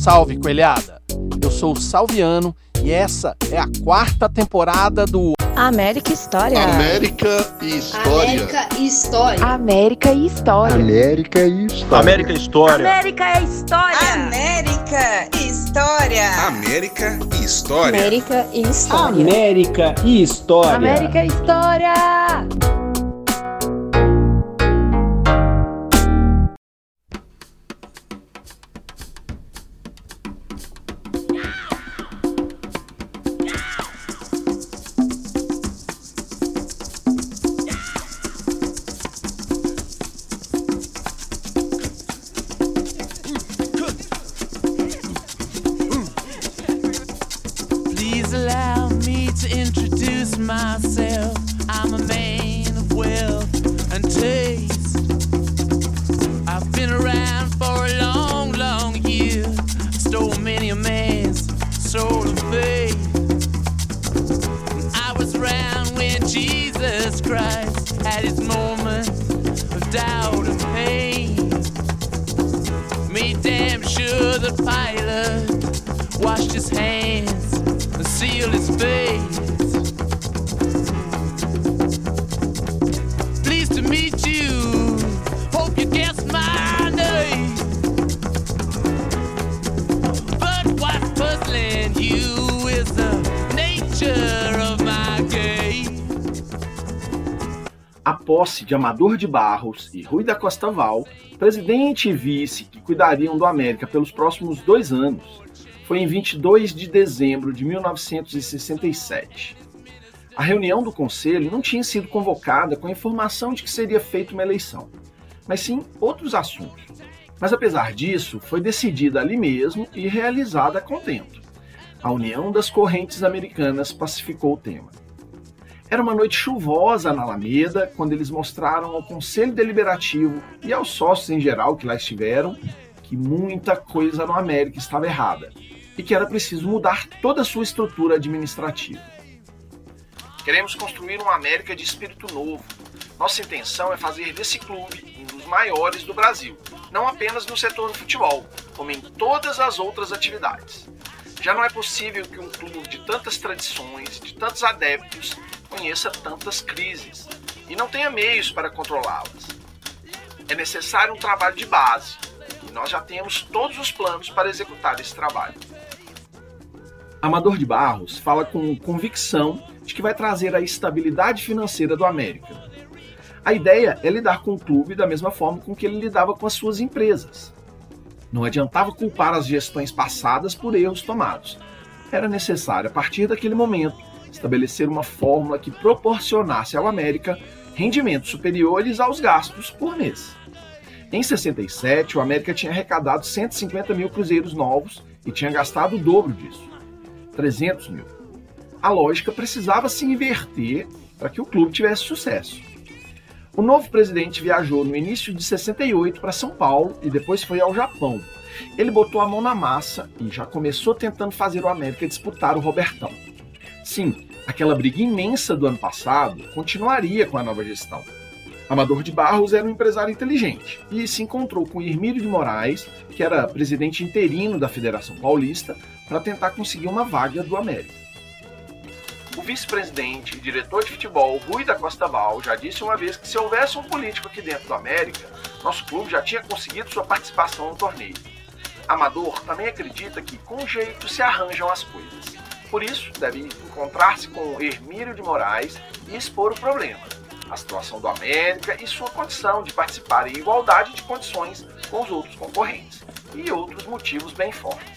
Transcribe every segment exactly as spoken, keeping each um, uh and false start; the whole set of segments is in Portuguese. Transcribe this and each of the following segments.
Salve, coelhada! Eu sou o Salviano e essa é a quarta temporada do América História. América e História. América e História. América e História. América e História. América e História. América e História. América e História. América e História. América e História. América e História. América e História. Allow me to introduce myself. I'm a man of wealth and taste. I've been around for a long, long year. Stole many a man's soul of faith. I was around when Jesus Christ had his moment of doubt and pain. Made damn sure that Pilate washed his hands and seal his face. Pleased to meet you. Hope you guessed my name. But what's puzzling you is the nature of my game. A posse de Amador de Barros e Rui da Costa Val, presidente e vice que cuidariam do América pelos próximos dois anos, foi em vinte e dois de dezembro de mil novecentos e sessenta e sete. A reunião do conselho não tinha sido convocada com a informação de que seria feita uma eleição, mas sim outros assuntos. Mas apesar disso, foi decidida ali mesmo e realizada a contento. A União das Correntes Americanas pacificou o tema. Era uma noite chuvosa na Alameda, quando eles mostraram ao Conselho Deliberativo e aos sócios em geral que lá estiveram que muita coisa no América estava errada e que era preciso mudar toda a sua estrutura administrativa. Queremos construir uma América de espírito novo. Nossa intenção é fazer desse clube um dos maiores do Brasil, não apenas no setor do futebol, como em todas as outras atividades. Já não é possível que um clube de tantas tradições, de tantos adeptos, conheça tantas crises e não tenha meios para controlá-las. É necessário um trabalho de base, e nós já temos todos os planos para executar esse trabalho. Amador de Barros fala com convicção de que vai trazer a estabilidade financeira do América. A ideia é lidar com o clube da mesma forma com que ele lidava com as suas empresas. Não adiantava culpar as gestões passadas por erros tomados. Era necessário, a partir daquele momento, estabelecer uma fórmula que proporcionasse ao América rendimentos superiores aos gastos por mês. Em sessenta e sete, o América tinha arrecadado cento e cinquenta mil cruzeiros novos e tinha gastado o dobro disso, trezentos mil. A lógica precisava se inverter para que o clube tivesse sucesso. O novo presidente viajou no início de sessenta e oito para São Paulo e depois foi ao Japão. Ele botou a mão na massa e já começou tentando fazer o América disputar o Robertão. Sim, aquela briga imensa do ano passado continuaria com a nova gestão. Amador de Barros era um empresário inteligente e se encontrou com Hermílio de Moraes, que era presidente interino da Federação Paulista, para tentar conseguir uma vaga do América. O vice-presidente e diretor de futebol, Rui da Costa Val, já disse uma vez que se houvesse um político aqui dentro do América, nosso clube já tinha conseguido sua participação no torneio. Amador também acredita que com jeito se arranjam as coisas. Por isso, deve encontrar-se com Hermílio de Moraes e expor o problema, a situação do América e sua condição de participar em igualdade de condições com os outros concorrentes, e outros motivos bem fortes.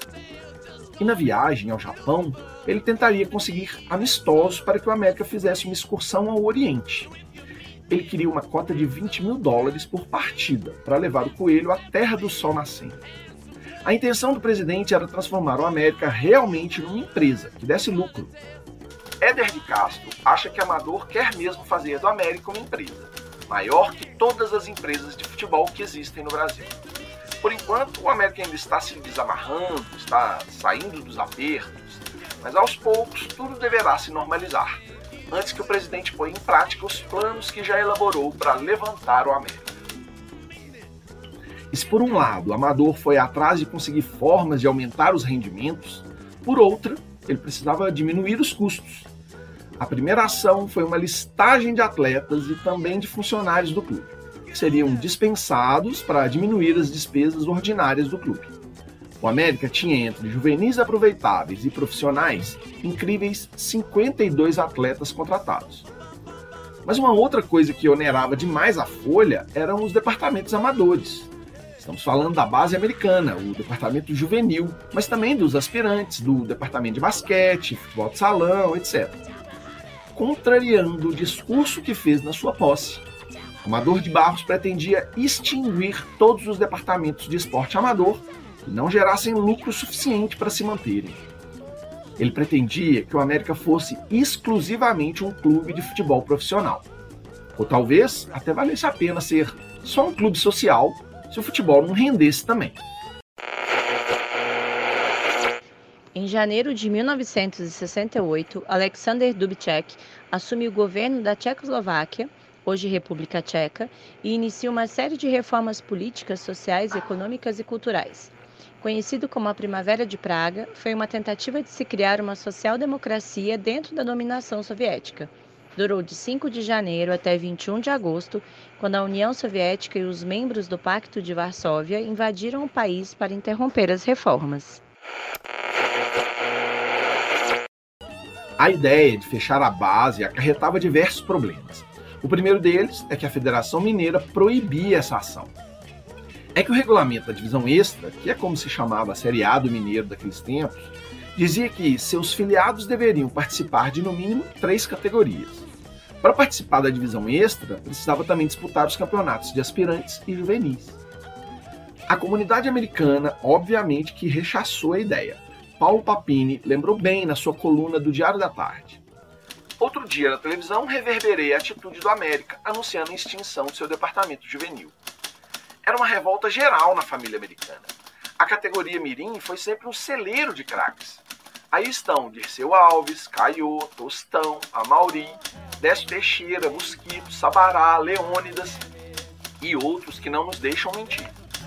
E na viagem ao Japão, ele tentaria conseguir amistosos para que o América fizesse uma excursão ao Oriente. Ele queria uma cota de vinte mil dólares por partida para levar o Coelho à Terra do Sol Nascente. A intenção do presidente era transformar o América realmente numa empresa que desse lucro. Éder de Castro acha que Amador quer mesmo fazer do América uma empresa, maior que todas as empresas de futebol que existem no Brasil. Por enquanto, o América ainda está se desamarrando, está saindo dos apertos, mas aos poucos tudo deverá se normalizar, antes que o presidente ponha em prática os planos que já elaborou para levantar o América. E se por um lado o amador foi atrás de conseguir formas de aumentar os rendimentos, por outra, ele precisava diminuir os custos. A primeira ação foi uma listagem de atletas e também de funcionários do clube, que seriam dispensados para diminuir as despesas ordinárias do clube. O América tinha entre juvenis aproveitáveis e profissionais incríveis cinquenta e dois atletas contratados. Mas uma outra coisa que onerava demais a folha eram os departamentos amadores. Estamos falando da base americana, o departamento juvenil, mas também dos aspirantes, do departamento de basquete, futebol de salão, etcétera. Contrariando o discurso que fez na sua posse, Amador de Barros pretendia extinguir todos os departamentos de esporte amador que não gerassem lucro suficiente para se manterem. Ele pretendia que o América fosse exclusivamente um clube de futebol profissional. Ou talvez até valesse a pena ser só um clube social se o futebol não rendesse também. Em janeiro de mil novecentos e sessenta e oito, Alexander Dubček assume o governo da Tchecoslováquia, hoje República Tcheca, e inicia uma série de reformas políticas, sociais, econômicas e culturais. Conhecido como a Primavera de Praga, foi uma tentativa de se criar uma social-democracia dentro da dominação soviética. Durou de cinco de janeiro até vinte e um de agosto, quando a União Soviética e os membros do Pacto de Varsóvia invadiram o país para interromper as reformas. A ideia de fechar a base acarretava diversos problemas. O primeiro deles é que a Federação Mineira proibia essa ação. É que o regulamento da divisão extra, que é como se chamava a Série A do Mineiro daqueles tempos, dizia que seus filiados deveriam participar de no mínimo três categorias. Para participar da divisão extra, precisava também disputar os campeonatos de aspirantes e juvenis. A comunidade americana, obviamente, que rechaçou a ideia. Paulo Papini lembrou bem na sua coluna do Diário da Tarde. Outro dia na televisão reverberei a atitude do América anunciando a extinção de seu departamento juvenil. Era uma revolta geral na família americana. A categoria mirim foi sempre um celeiro de craques. Aí estão Dirceu Alves, Caiô, Tostão, Amauri, Décio Teixeira, Mosquito, Sabará, Leônidas e outros que não nos deixam mentir.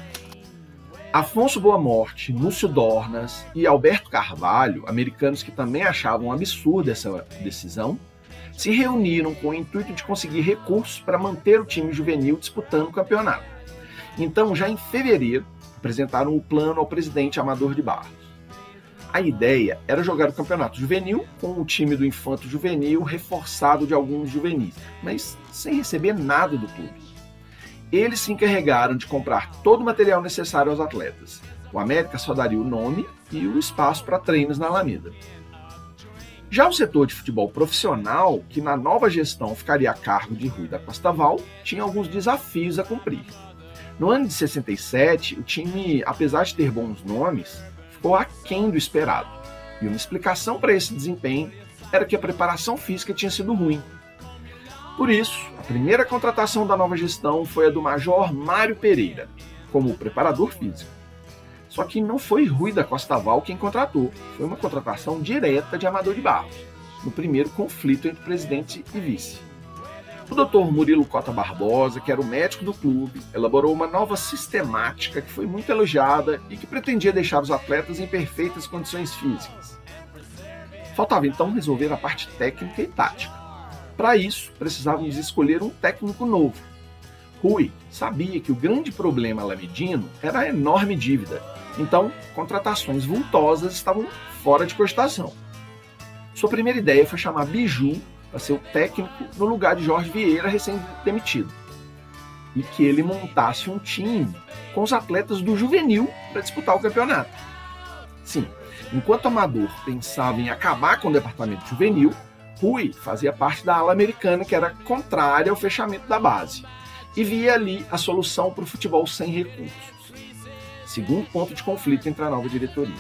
Afonso Boamorte, Núcio Dornas e Alberto Carvalho, americanos que também achavam absurda essa decisão, se reuniram com o intuito de conseguir recursos para manter o time juvenil disputando o campeonato. Então, já em fevereiro, apresentaram o plano ao presidente Amador de Barros. A ideia era jogar o campeonato juvenil com o time do infanto juvenil reforçado de alguns juvenis, mas sem receber nada do clube. Eles se encarregaram de comprar todo o material necessário aos atletas. O América só daria o nome e o espaço para treinos na Alameda. Já o setor de futebol profissional, que na nova gestão ficaria a cargo de Rui da Costa Val, tinha alguns desafios a cumprir. No ano de sessenta e sete, o time, apesar de ter bons nomes, ficou aquém do esperado. E uma explicação para esse desempenho era que a preparação física tinha sido ruim. Por isso, a primeira contratação da nova gestão foi a do Major Mário Pereira, como preparador físico. Só que não foi Rui da Costa Val quem contratou, foi uma contratação direta de Amador de Barros, no primeiro conflito entre presidente e vice. O doutor Murilo Cota Barbosa, que era o médico do clube, elaborou uma nova sistemática que foi muito elogiada e que pretendia deixar os atletas em perfeitas condições físicas. Faltava então resolver a parte técnica e tática. Para isso, precisávamos escolher um técnico novo. Rui sabia que o grande problema alamedino era a enorme dívida, então contratações vultosas estavam fora de cogitação. Sua primeira ideia foi chamar Biju para ser o técnico no lugar de Jorge Vieira, recém-demitido, e que ele montasse um time com os atletas do juvenil para disputar o campeonato. Sim, enquanto o Amador pensava em acabar com o departamento juvenil, Rui fazia parte da ala americana, que era contrária ao fechamento da base, e via ali a solução para o futebol sem recursos. Segundo ponto de conflito entre a nova diretoria.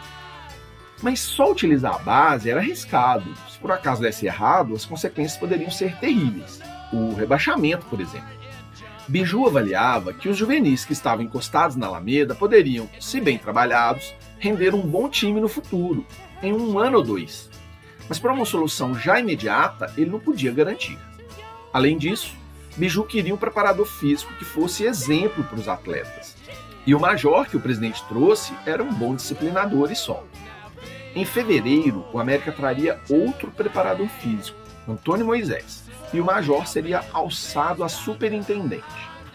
Mas só utilizar a base era arriscado. Se por acaso desse errado, as consequências poderiam ser terríveis. O rebaixamento, por exemplo. Biju avaliava que os juvenis que estavam encostados na Alameda poderiam, se bem trabalhados, render um bom time no futuro, em um ano ou dois. Mas para uma solução já imediata, ele não podia garantir. Além disso, Biju queria um preparador físico que fosse exemplo para os atletas. E o major que o presidente trouxe era um bom disciplinador e só. Em fevereiro, o América traria outro preparador físico, Antônio Moisés, e o major seria alçado a superintendente.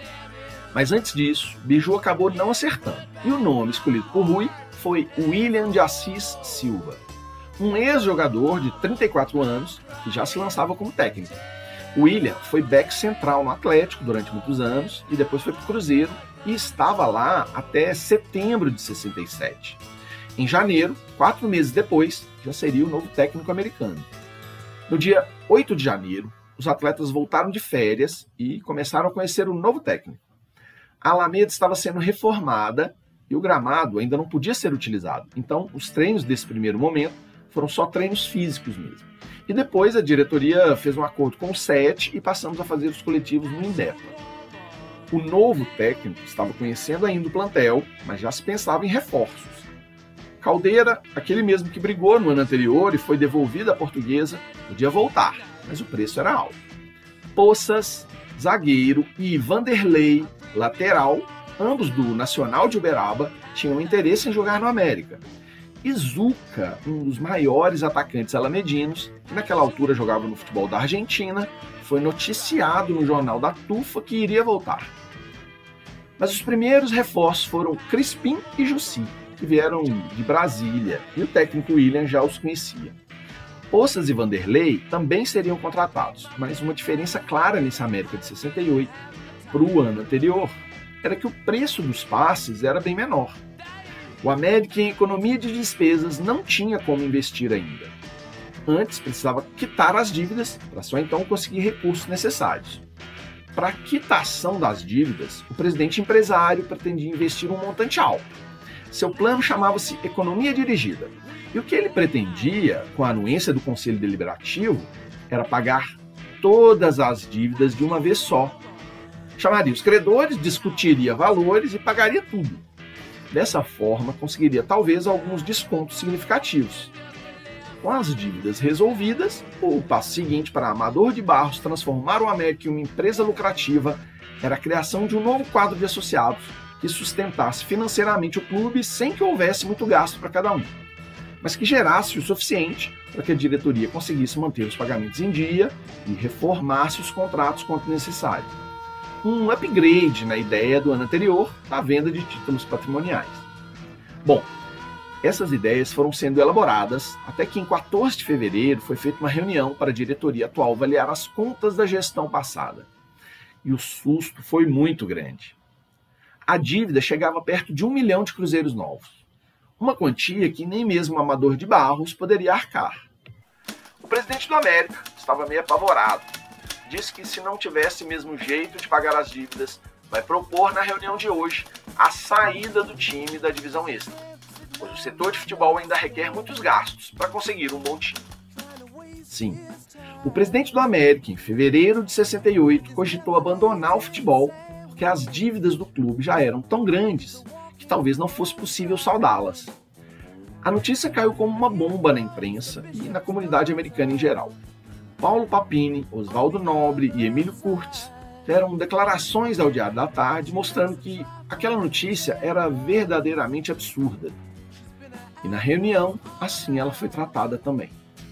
Mas antes disso, Biju acabou não acertando, e o nome escolhido por Rui foi William de Assis Silva, um ex-jogador de trinta e quatro anos que já se lançava como técnico. William foi back central no Atlético durante muitos anos e depois foi para o Cruzeiro e estava lá até setembro de sessenta e sete. Em janeiro, quatro meses depois, já seria o novo técnico americano. No dia oito de janeiro, os atletas voltaram de férias e começaram a conhecer o novo técnico. A Alameda estava sendo reformada e o gramado ainda não podia ser utilizado. Então, os treinos desse primeiro momento foram só treinos físicos mesmo. E depois a diretoria fez um acordo com o S E T e passamos a fazer os coletivos no Indepa. O novo técnico estava conhecendo ainda o plantel, mas já se pensava em reforços. Caldeira, aquele mesmo que brigou no ano anterior e foi devolvido à Portuguesa, podia voltar, mas o preço era alto. Poças, zagueiro, e Vanderlei, lateral, ambos do Nacional de Uberaba, tinham interesse em jogar no América. E Zuca, um dos maiores atacantes alamedinos, que naquela altura jogava no futebol da Argentina, foi noticiado no jornal da Tufa que iria voltar. Mas os primeiros reforços foram Crispim e Jussi, que vieram de Brasília, e o técnico William já os conhecia. Poças e Vanderlei também seriam contratados, mas uma diferença clara nesse América de sessenta e oito para o ano anterior era que o preço dos passes era bem menor. O América, em economia de despesas, não tinha como investir ainda. Antes, precisava quitar as dívidas para só então conseguir recursos necessários. Para a quitação das dívidas, o presidente empresário pretendia investir um montante alto. Seu plano chamava-se Economia Dirigida. E o que ele pretendia, com a anuência do Conselho Deliberativo, era pagar todas as dívidas de uma vez só. Chamaria os credores, discutiria valores e pagaria tudo. Dessa forma, conseguiria talvez alguns descontos significativos. Com as dívidas resolvidas, o passo seguinte para Amador de Barros transformar o América em uma empresa lucrativa era a criação de um novo quadro de associados que sustentasse financeiramente o clube sem que houvesse muito gasto para cada um, mas que gerasse o suficiente para que a diretoria conseguisse manter os pagamentos em dia e reformasse os contratos quanto necessário. Um upgrade na ideia do ano anterior da venda de títulos patrimoniais. Bom, essas ideias foram sendo elaboradas até que em quatorze de fevereiro foi feita uma reunião para a diretoria atual avaliar as contas da gestão passada. E o susto foi muito grande. A dívida chegava perto de um milhão de cruzeiros novos. Uma quantia que nem mesmo o Amador de Barros poderia arcar. O presidente do América estava meio apavorado. Disse que se não tivesse mesmo jeito de pagar as dívidas, vai propor na reunião de hoje a saída do time da divisão extra, pois o setor de futebol ainda requer muitos gastos para conseguir um bom time. Sim, o presidente do América, em fevereiro de sessenta e oito, cogitou abandonar o futebol porque as dívidas do clube já eram tão grandes que talvez não fosse possível saldá-las. A notícia caiu como uma bomba na imprensa e na comunidade americana em geral. Paulo Papini, Oswaldo Nobre e Emílio Curtis deram declarações ao Diário da Tarde mostrando que aquela notícia era verdadeiramente absurda. E na reunião, assim ela foi tratada também.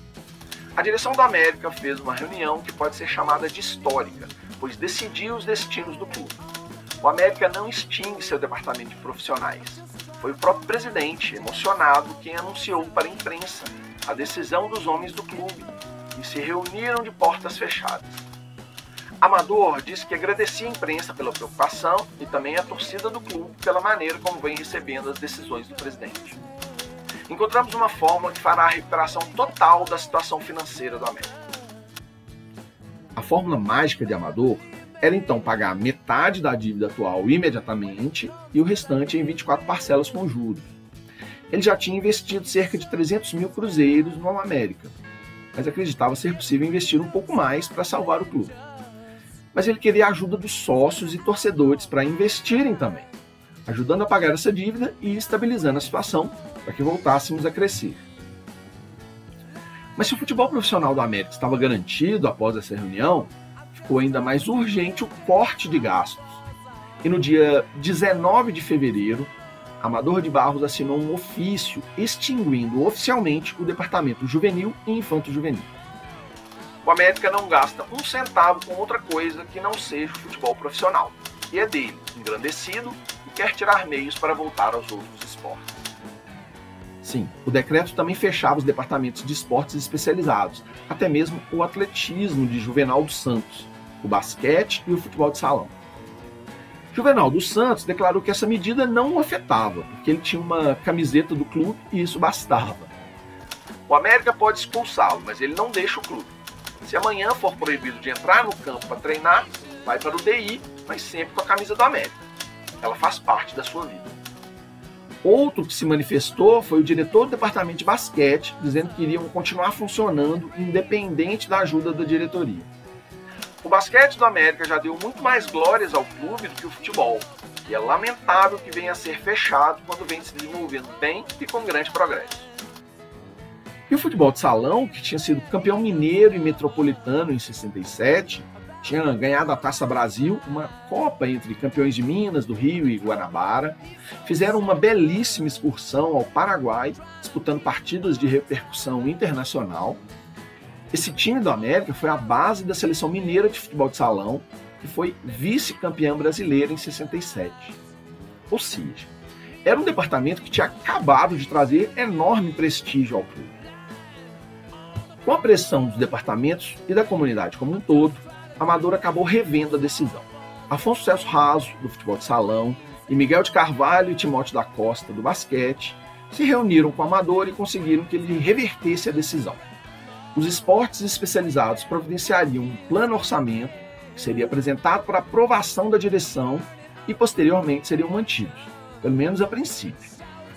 A direção do América fez uma reunião que pode ser chamada de histórica, pois decidiu os destinos do clube. O América não extingue seu departamento de profissionais. Foi o próprio presidente, emocionado, quem anunciou para a imprensa a decisão dos homens do clube e se reuniram de portas fechadas. Amador disse que agradecia a imprensa pela preocupação e também a torcida do clube pela maneira como vem recebendo as decisões do presidente. Encontramos uma fórmula que fará a recuperação total da situação financeira do América. A fórmula mágica de Amador era então pagar metade da dívida atual imediatamente e o restante em vinte e quatro parcelas com juros. Ele já tinha investido cerca de trezentos mil cruzeiros no América, mas acreditava ser possível investir um pouco mais para salvar o clube. Mas ele queria a ajuda dos sócios e torcedores para investirem também, ajudando a pagar essa dívida e estabilizando a situação para que voltássemos a crescer. Mas se o futebol profissional do América estava garantido após essa reunião, ficou ainda mais urgente o corte de gastos. E no dia dezenove de fevereiro, Amador de Barros assinou um ofício extinguindo oficialmente o Departamento Juvenil e Infanto-Juvenil. O América não gasta um centavo com outra coisa que não seja o futebol profissional, e é dele, engrandecido, e quer tirar meios para voltar aos outros esportes. Sim, o decreto também fechava os departamentos de esportes especializados, até mesmo o atletismo de Juvenal dos Santos, o basquete e o futebol de salão. Juvenal dos Santos declarou que essa medida não o afetava, porque ele tinha uma camiseta do clube e isso bastava. O América pode expulsá-lo, mas ele não deixa o clube. Se amanhã for proibido de entrar no campo para treinar, vai para o D I, mas sempre com a camisa do América. Ela faz parte da sua vida. Outro que se manifestou foi o diretor do departamento de basquete, dizendo que iriam continuar funcionando independente da ajuda da diretoria. O basquete do América já deu muito mais glórias ao clube do que o futebol, e é lamentável que venha a ser fechado quando vem se desenvolvendo bem e com grande progresso. E o futebol de salão, que tinha sido campeão mineiro e metropolitano em sessenta e sete, tinha ganhado a Taça Brasil, uma copa entre campeões de Minas, do Rio e Guanabara, fizeram uma belíssima excursão ao Paraguai, disputando partidas de repercussão internacional. Esse time do América foi a base da seleção mineira de futebol de salão, que foi vice-campeã brasileira em sessenta e sete. Ou seja, era um departamento que tinha acabado de trazer enorme prestígio ao clube. Com a pressão dos departamentos e da comunidade como um todo, Amador acabou revendo a decisão. Afonso Celso Raso, do futebol de salão, e Miguel de Carvalho e Timóteo da Costa, do basquete, se reuniram com o Amador e conseguiram que ele revertesse a decisão. Os esportes especializados providenciariam um plano orçamento que seria apresentado para aprovação da direção e posteriormente seriam mantidos, pelo menos a princípio.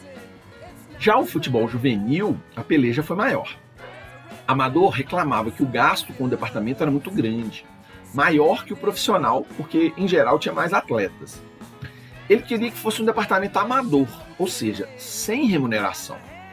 Já o futebol juvenil, a peleja foi maior. Amador reclamava que o gasto com o departamento era muito grande, maior que o profissional, porque em geral tinha mais atletas. Ele queria que fosse um departamento amador, ou seja, sem remuneração.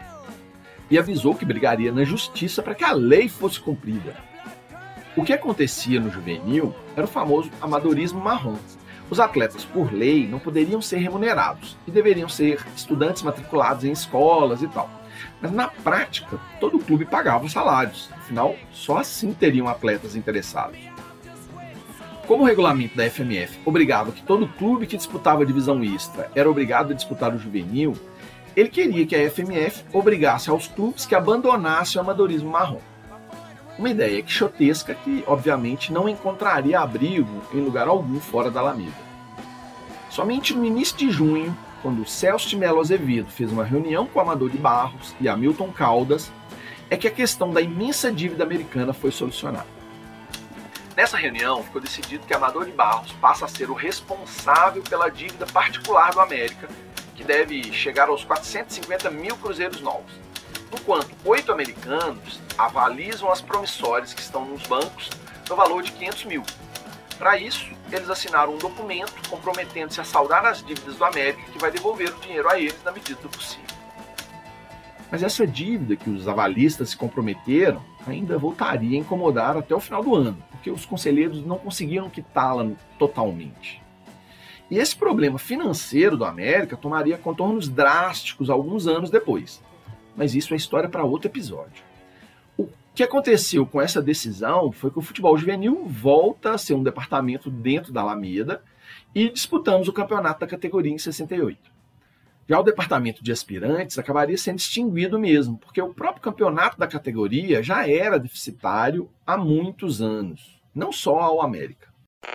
E avisou que brigaria na justiça para que a lei fosse cumprida. O que acontecia no juvenil era o famoso amadorismo marrom. Os atletas, por lei, não poderiam ser remunerados e deveriam ser estudantes matriculados em escolas e tal. Mas na prática, todo clube pagava salários, afinal, só assim teriam atletas interessados. Como o regulamento da F M F obrigava que todo clube que disputava a divisão extra era obrigado a disputar o juvenil, ele queria que a F M F obrigasse aos clubes que abandonassem o amadorismo marrom. Uma ideia quixotesca que, obviamente, não encontraria abrigo em lugar algum fora da Alameda. Somente no início de junho, quando Celso de Melo Azevedo fez uma reunião com o Amador de Barros e Hamilton Caldas, é que a questão da imensa dívida americana foi solucionada. Nessa reunião, ficou decidido que Amador de Barros passa a ser o responsável pela dívida particular do América, que deve chegar aos quatrocentos e cinquenta mil cruzeiros novos, enquanto oito americanos avalizam as promissórias que estão nos bancos no valor de quinhentos mil. Para isso, eles assinaram um documento comprometendo-se a saldar as dívidas do América, que vai devolver o dinheiro a eles na medida do possível. Mas essa dívida que os avalistas se comprometeram ainda voltaria a incomodar até o final do ano, porque os conselheiros não conseguiram quitá-la totalmente. E esse problema financeiro do América tomaria contornos drásticos alguns anos depois. Mas isso é história para outro episódio. O que aconteceu com essa decisão foi que o futebol juvenil volta a ser um departamento dentro da Alameda e disputamos o campeonato da categoria em sessenta e oito. Já o departamento de aspirantes acabaria sendo extinguido mesmo, porque o próprio campeonato da categoria já era deficitário há muitos anos, não só ao América.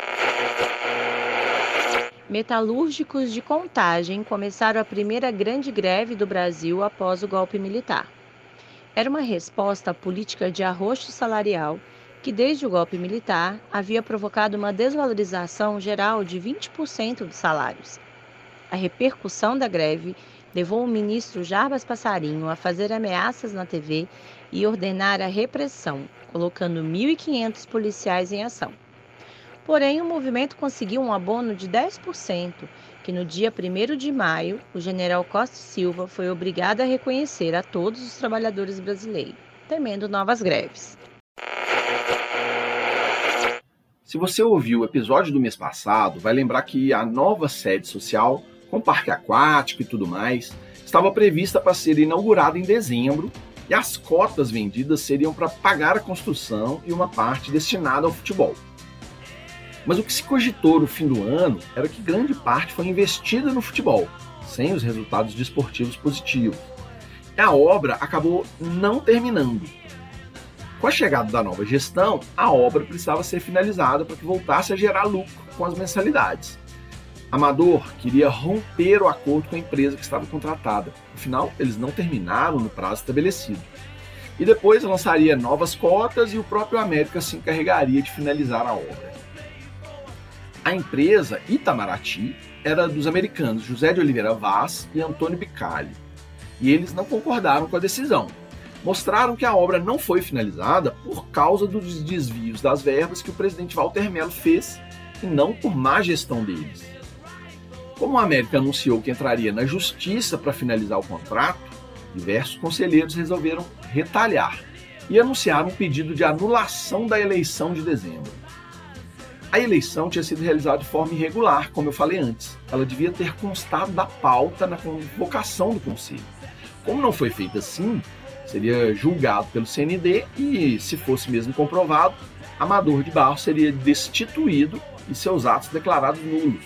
Metalúrgicos de Contagem começaram a primeira grande greve do Brasil após o golpe militar. Era uma resposta à política de arroxo salarial que, desde o golpe militar, havia provocado uma desvalorização geral de vinte por cento dos salários. A repercussão da greve levou o ministro Jarbas Passarinho a fazer ameaças na T V e ordenar a repressão, colocando mil e quinhentos policiais em ação. Porém, o movimento conseguiu um abono de dez por cento, que no dia primeiro de maio, o general Costa e Silva foi obrigado a reconhecer a todos os trabalhadores brasileiros, temendo novas greves. Se você ouviu o episódio do mês passado, vai lembrar que a nova sede social, com parque aquático e tudo mais, estava prevista para ser inaugurada em dezembro e as cotas vendidas seriam para pagar a construção e uma parte destinada ao futebol. Mas o que se cogitou no fim do ano era que grande parte foi investida no futebol, sem os resultados desportivos positivos. E a obra acabou não terminando. Com a chegada da nova gestão, a obra precisava ser finalizada para que voltasse a gerar lucro com as mensalidades. Amador queria romper o acordo com a empresa que estava contratada. Afinal, eles não terminaram no prazo estabelecido. E depois lançaria novas cotas e o próprio América se encarregaria de finalizar a obra. A empresa Itamaraty era dos americanos José de Oliveira Vaz e Antônio Bicalho. E eles não concordaram com a decisão. Mostraram que a obra não foi finalizada por causa dos desvios das verbas que o presidente Walter Mello fez e não por má gestão deles. Como a América anunciou que entraria na justiça para finalizar o contrato, diversos conselheiros resolveram retalhar e anunciaram um pedido de anulação da eleição de dezembro. A eleição tinha sido realizada de forma irregular, como eu falei antes. Ela devia ter constado da pauta na convocação do conselho. Como não foi feito assim, seria julgado pelo C N D e, se fosse mesmo comprovado, Amador de Barros seria destituído e seus atos declarados nulos.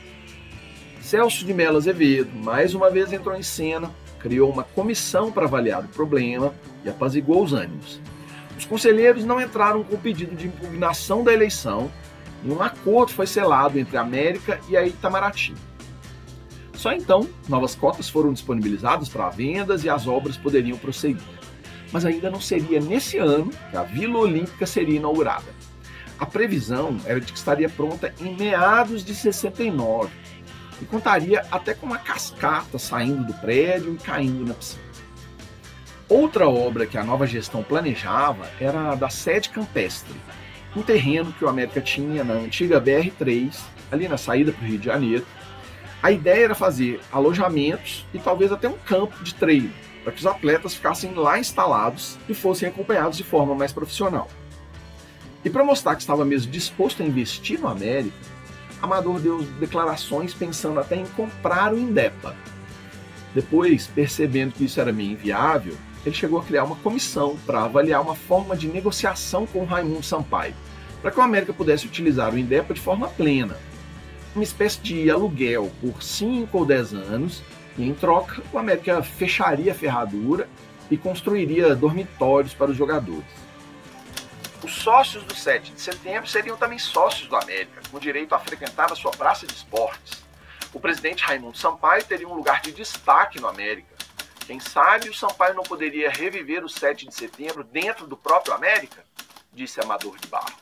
Celso de Mello Azevedo, mais uma vez, entrou em cena, criou uma comissão para avaliar o problema e apaziguou os ânimos. Os conselheiros não entraram com o pedido de impugnação da eleição e um acordo foi selado entre a América e a Itamaraty. Só então, novas cotas foram disponibilizadas para vendas e as obras poderiam prosseguir. Mas ainda não seria nesse ano que a Vila Olímpica seria inaugurada. A previsão era de que estaria pronta em meados de sessenta e nove e contaria até com uma cascata saindo do prédio e caindo na piscina. Outra obra que a nova gestão planejava era a da sede campestre, um terreno que o América tinha na antiga B R três, ali na saída para o Rio de Janeiro. A ideia era fazer alojamentos e talvez até um campo de treino, para que os atletas ficassem lá instalados e fossem acompanhados de forma mais profissional. E para mostrar que estava mesmo disposto a investir no América, Amador deu declarações pensando até em comprar o Indepa. Depois, percebendo que isso era meio inviável, ele chegou a criar uma comissão para avaliar uma forma de negociação com o Raimundo Sampaio, para que o América pudesse utilizar o Indepa de forma plena, uma espécie de aluguel por cinco ou dez anos, e em troca o América fecharia a ferradura e construiria dormitórios para os jogadores. Os sócios do sete de setembro seriam também sócios do América, com direito a frequentar a sua praça de esportes. O presidente Raimundo Sampaio teria um lugar de destaque no América. Quem sabe o Sampaio não poderia reviver o sete de setembro dentro do próprio América? Disse Amador de Barros.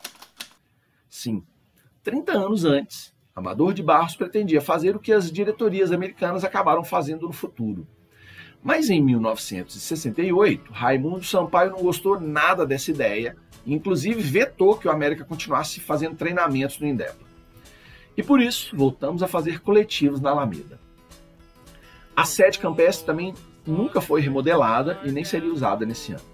Sim, trinta anos antes, Amador de Barros pretendia fazer o que as diretorias americanas acabaram fazendo no futuro. Mas em mil novecentos e sessenta e oito, Raimundo Sampaio não gostou nada dessa ideia e inclusive vetou que o América continuasse fazendo treinamentos no Indepa. E por isso, voltamos a fazer coletivos na Alameda. A sede campestre também nunca foi remodelada e nem seria usada nesse ano.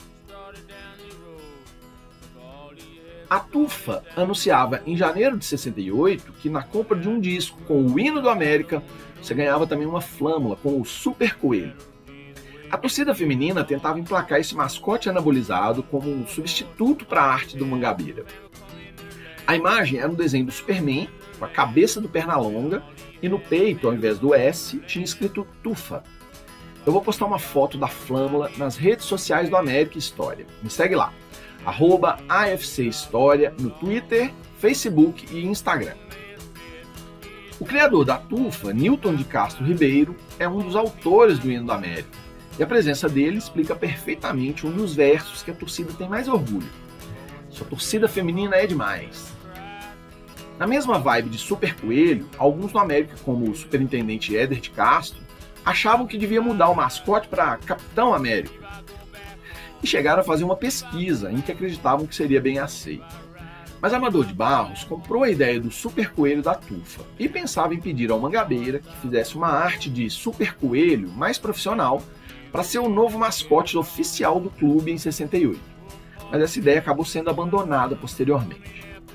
A Tufa anunciava em janeiro de sessenta e oito que na compra de um disco com o hino do América, você ganhava também uma flâmula com o Super Coelho. A torcida feminina tentava emplacar esse mascote anabolizado como um substituto para a arte do Mangabeira. A imagem era um desenho do Superman, com a cabeça do Pernalonga, e no peito, ao invés do S, tinha escrito Tufa. Eu vou postar uma foto da flâmula nas redes sociais do América História. Me segue lá, arroba A F C História, no Twitter, Facebook e Instagram. O criador da Tufa, Newton de Castro Ribeiro, é um dos autores do hino da América, e a presença dele explica perfeitamente um dos versos que a torcida tem mais orgulho. Sua torcida feminina é demais. Na mesma vibe de Super Coelho, alguns no América, como o superintendente Éder de Castro, achavam que devia mudar o mascote para Capitão América. E chegaram a fazer uma pesquisa em que acreditavam que seria bem aceito. Mas Amador de Barros comprou a ideia do Super Coelho da Tufa e pensava em pedir ao Mangabeira que fizesse uma arte de Super Coelho mais profissional para ser o novo mascote oficial do clube em sessenta e oito. Mas essa ideia acabou sendo abandonada posteriormente.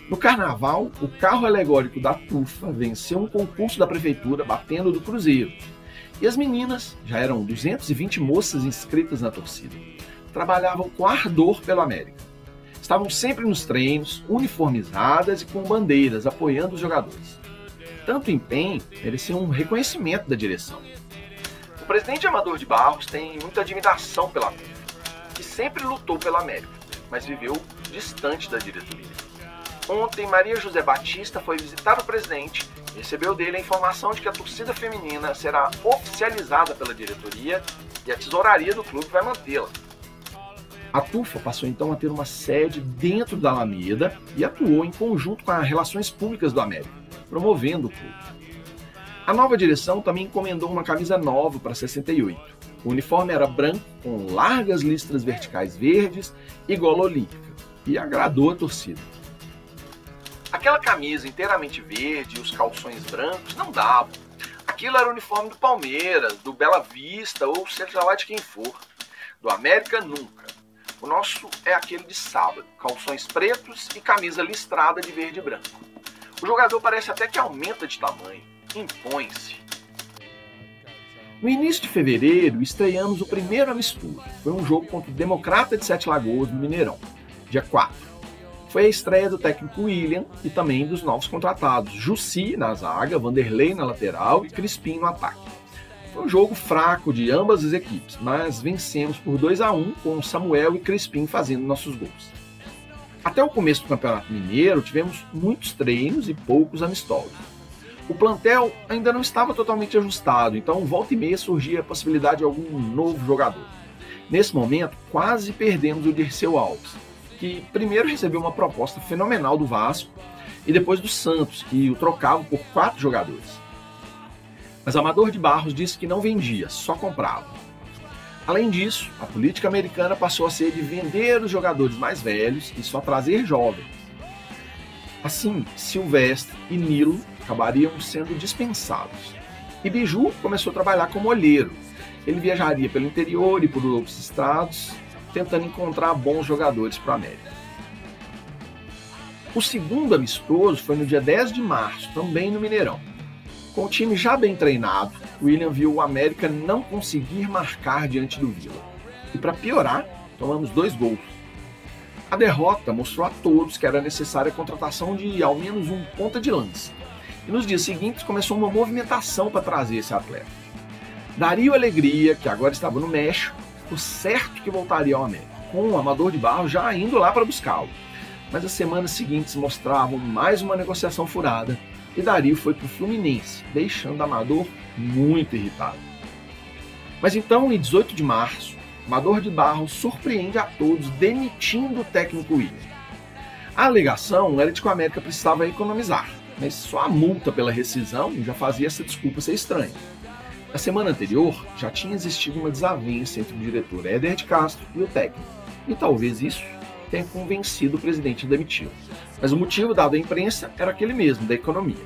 No carnaval, o carro alegórico da Tufa venceu um concurso da prefeitura batendo do Cruzeiro. E as meninas, já eram duzentas e vinte moças inscritas na torcida, trabalhavam com ardor pelo América. Estavam sempre nos treinos, uniformizadas e com bandeiras, apoiando os jogadores. Tanto empenho merecia um reconhecimento da direção. O presidente Amador de Barros tem muita admiração pela Tufa, que sempre lutou pela América, mas viveu distante da diretoria. Ontem, Maria José Batista foi visitar o presidente e recebeu dele a informação de que a torcida feminina será oficializada pela diretoria e a tesouraria do clube vai mantê-la. A Tufa passou então a ter uma sede dentro da Alameda e atuou em conjunto com as Relações Públicas do América, promovendo o clube. A nova direção também encomendou uma camisa nova para sessenta e oito. O uniforme era branco, com largas listras verticais verdes e gola olímpica, e agradou a torcida. Aquela camisa inteiramente verde e os calções brancos não davam. Aquilo era o uniforme do Palmeiras, do Bela Vista ou seja lá de quem for. Do América, nunca. O nosso é aquele de sábado, calções pretos e camisa listrada de verde e branco. O jogador parece até que aumenta de tamanho, impõe-se. No início de fevereiro, estreamos o primeiro amistoso. Foi um jogo contra o Democrata de Sete Lagoas, no Mineirão, dia quatro. Foi a estreia do técnico William e também dos novos contratados, Jussi na zaga, Vanderlei na lateral e Crispim no ataque. Foi um jogo fraco de ambas as equipes, mas vencemos por dois a um com Samuel e Crispim fazendo nossos gols. Até o começo do Campeonato Mineiro, tivemos muitos treinos e poucos amistosos. O plantel ainda não estava totalmente ajustado, então volta e meia surgia a possibilidade de algum novo jogador. Nesse momento, quase perdemos o Dirceu Alves, que primeiro recebeu uma proposta fenomenal do Vasco e depois do Santos, que o trocava por quatro jogadores. Mas Amador de Barros disse que não vendia, só comprava. Além disso, a política americana passou a ser de vender os jogadores mais velhos e só trazer jovens. Assim, Silvestre e Nilo acabariam sendo dispensados. E Biju começou a trabalhar como olheiro. Ele viajaria pelo interior e por outros estados, tentando encontrar bons jogadores para a América. O segundo amistoso foi no dia dez de março, também no Mineirão. Com o time já bem treinado, William viu o América não conseguir marcar diante do Vila. E para piorar, tomamos dois gols. A derrota mostrou a todos que era necessária a contratação de ao menos um ponta de lança. E nos dias seguintes começou uma movimentação para trazer esse atleta. Dario Alegria, que agora estava no México, ficou certo que voltaria ao América, com o Amador de Barros já indo lá para buscá-lo. Mas as semanas seguintes mostravam mais uma negociação furada e Dario foi para o Fluminense, deixando Amador muito irritado. Mas então, em dezoito de março, Amador de Barros surpreende a todos demitindo o técnico William. A alegação era de que o América precisava economizar, mas só a multa pela rescisão já fazia essa desculpa ser estranha. Na semana anterior, já tinha existido uma desavença entre o diretor Éder de Castro e o técnico, e talvez isso tenha convencido o presidente a demiti-lo. Mas o motivo dado à imprensa era aquele mesmo, da economia.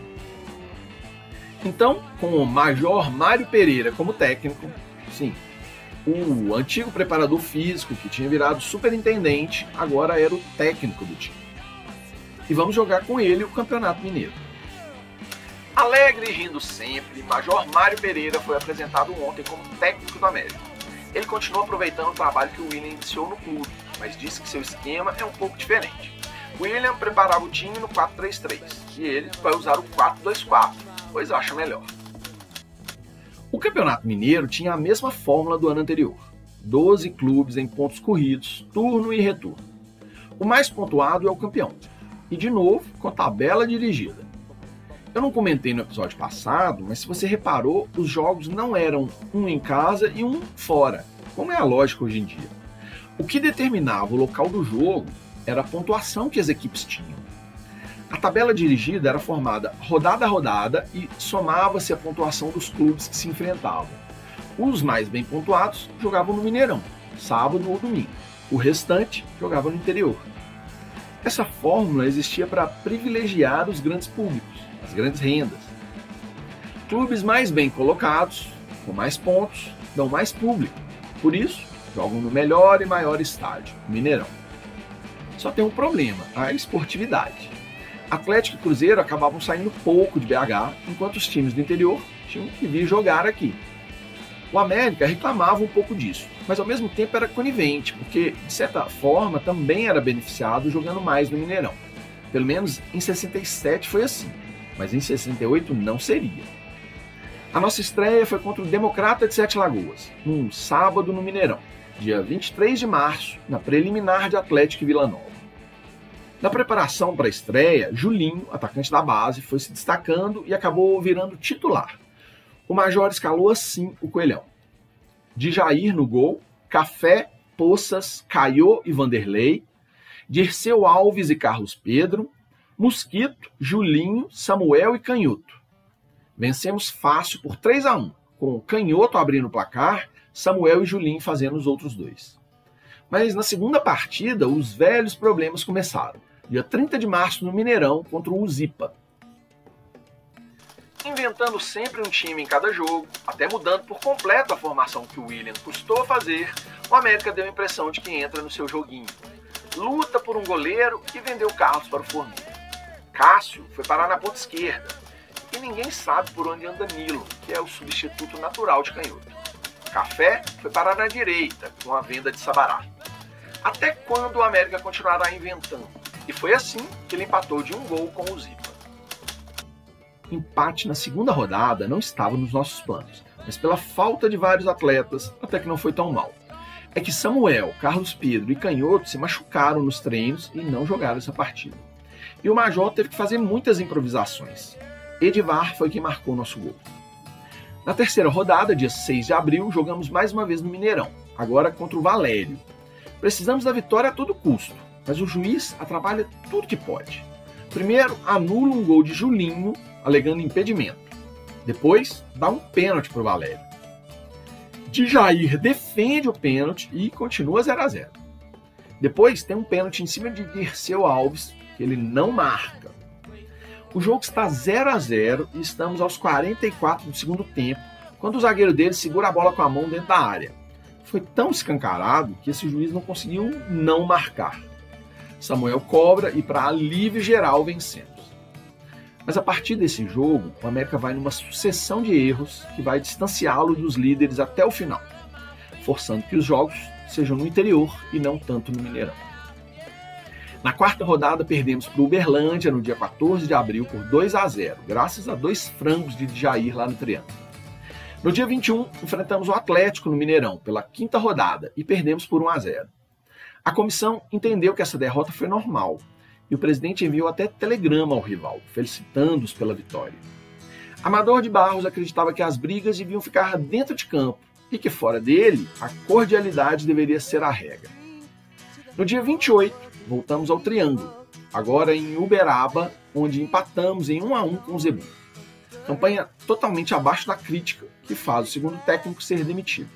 Então, com o Major Mário Pereira como técnico, sim, o antigo preparador físico que tinha virado superintendente, agora era o técnico do time. E vamos jogar com ele o Campeonato Mineiro. Alegre e rindo sempre, Major Mário Pereira foi apresentado ontem como técnico do América. Ele continua aproveitando o trabalho que o William iniciou no clube, mas disse que seu esquema é um pouco diferente. O William preparava o time no quatro três três e ele vai usar o quatro dois quatro, pois acha melhor. O Campeonato Mineiro tinha a mesma fórmula do ano anterior. doze clubes em pontos corridos, turno e retorno. O mais pontuado é o campeão. E de novo, com tabela dirigida. Eu não comentei no episódio passado, mas se você reparou, os jogos não eram um em casa e um fora, como é a lógica hoje em dia. O que determinava o local do jogo era a pontuação que as equipes tinham. A tabela dirigida era formada rodada a rodada e somava-se a pontuação dos clubes que se enfrentavam. Os mais bem pontuados jogavam no Mineirão, sábado ou domingo. O restante jogava no interior. Essa fórmula existia para privilegiar os grandes públicos, as grandes rendas. Clubes mais bem colocados, com mais pontos, dão mais público. Por isso, jogam no melhor e maior estádio, o Mineirão. Só tem um problema, a esportividade. Atlético e Cruzeiro acabavam saindo pouco de B H, enquanto os times do interior tinham que vir jogar aqui. O América reclamava um pouco disso, mas ao mesmo tempo era conivente, porque, de certa forma, também era beneficiado jogando mais no Mineirão. Pelo menos em sessenta e sete foi assim, mas em sessenta e oito não seria. A nossa estreia foi contra o Democrata de Sete Lagoas, num sábado no Mineirão, dia vinte e três de março, na preliminar de Atlético e Vila Nova. Na preparação para a estreia, Julinho, atacante da base, foi se destacando e acabou virando titular. O Major escalou assim o Coelhão. De Jair no gol, Café, Poças, Caiô e Vanderlei, Dirceu Alves e Carlos Pedro, Mosquito, Julinho, Samuel e Canhoto. Vencemos fácil por três a um, com o Canhoto abrindo o placar, Samuel e Julinho fazendo os outros dois. Mas na segunda partida, os velhos problemas começaram. Dia trinta de março no Mineirão contra o Uzipa. Inventando sempre um time em cada jogo, até mudando por completo a formação que o William custou fazer, o América deu a impressão de que entra no seu joguinho. Luta por um goleiro e vendeu Carlos para o Formiga. Cássio foi parar na ponta esquerda, e ninguém sabe por onde anda Nilo, que é o substituto natural de Canhoto. Café foi parar na direita, com a venda de Sabará. Até quando o América continuará inventando? E foi assim que ele empatou de um gol com o Zipa. Empate na segunda rodada não estava nos nossos planos, mas pela falta de vários atletas, até que não foi tão mal. É que Samuel, Carlos Pedro e Canhoto se machucaram nos treinos e não jogaram essa partida. E o Major teve que fazer muitas improvisações. Edivar foi quem marcou nosso gol. Na terceira rodada, dia seis de abril, jogamos mais uma vez no Mineirão, agora contra o Valério. Precisamos da vitória a todo custo, mas o juiz atrapalha tudo que pode. Primeiro, anula um gol de Julinho, alegando impedimento. Depois, dá um pênalti para o Valério. De Jair defende o pênalti e continua zero a zero. Depois, tem um pênalti em cima de Dirceu Alves, que ele não marca. O jogo está zero a zero e estamos aos quarenta e quatro do segundo tempo, quando o zagueiro dele segura a bola com a mão dentro da área. Foi tão escancarado que esse juiz não conseguiu não marcar. Samuel cobra e, para alívio geral, vencemos. Mas a partir desse jogo, o América vai numa sucessão de erros que vai distanciá-lo dos líderes até o final, forçando que os jogos sejam no interior e não tanto no Mineirão. Na quarta rodada, perdemos para o Uberlândia no dia quatorze de abril por dois a zero, graças a dois frangos de Jair lá no Triângulo. No dia vinte e um, enfrentamos o Atlético no Mineirão pela quinta rodada e perdemos por um a zero. A comissão entendeu que essa derrota foi normal e o presidente enviou até telegrama ao rival, felicitando-os pela vitória. Amador de Barros acreditava que as brigas deviam ficar dentro de campo e que fora dele, a cordialidade deveria ser a regra. No dia vinte e oito, voltamos ao Triângulo, agora em Uberaba, onde empatamos em um a um com o Zebu. Campanha totalmente abaixo da crítica, que faz o segundo técnico ser demitido.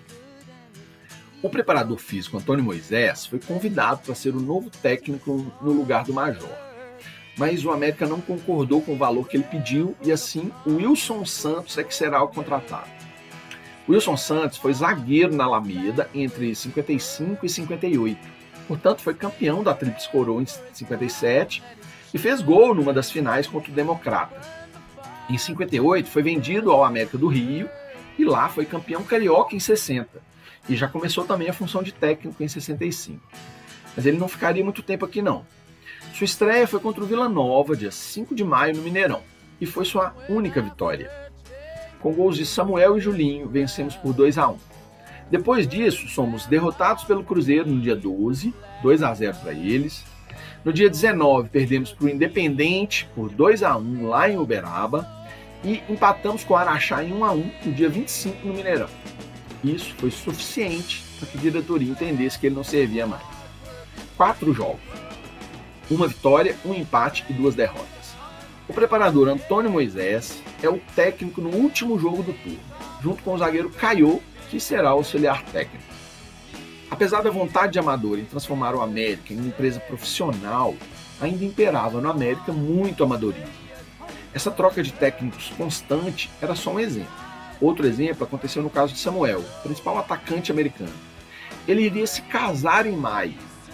O preparador físico Antônio Moisés foi convidado para ser o novo técnico no lugar do Major. Mas o América não concordou com o valor que ele pediu e assim o Wilson Santos é que será o contratado. O Wilson Santos foi zagueiro na Alameda entre cinquenta e cinco e cinquenta e oito. Portanto, foi campeão da Tríplice Coroa em cinquenta e sete e fez gol numa das finais contra o Democrata. Em cinquenta e oito, foi vendido ao América do Rio e lá foi campeão carioca em sessenta. E já começou também a função de técnico em sessenta e cinco. Mas ele não ficaria muito tempo aqui não. Sua estreia foi contra o Vila Nova, dia cinco de maio, no Mineirão, e foi sua única vitória. Com gols de Samuel e Julinho, vencemos por dois a um. Depois disso, somos derrotados pelo Cruzeiro no dia doze, dois a zero para eles. No dia dezenove, perdemos para o Independente por dois a um lá em Uberaba e empatamos com o Araxá em um a um no dia vinte e cinco no Mineirão. Isso foi suficiente para que a diretoria entendesse que ele não servia mais. Quatro jogos. Uma vitória, um empate e duas derrotas. O preparador Antônio Moisés é o técnico no último jogo do turno, junto com o zagueiro Caiô, que será o auxiliar técnico. Apesar da vontade de Amador em transformar o América em uma empresa profissional, ainda imperava no América muito amadorismo. Essa troca de técnicos constante era só um exemplo. Outro exemplo aconteceu no caso de Samuel, principal atacante americano. Ele iria se casar em maio,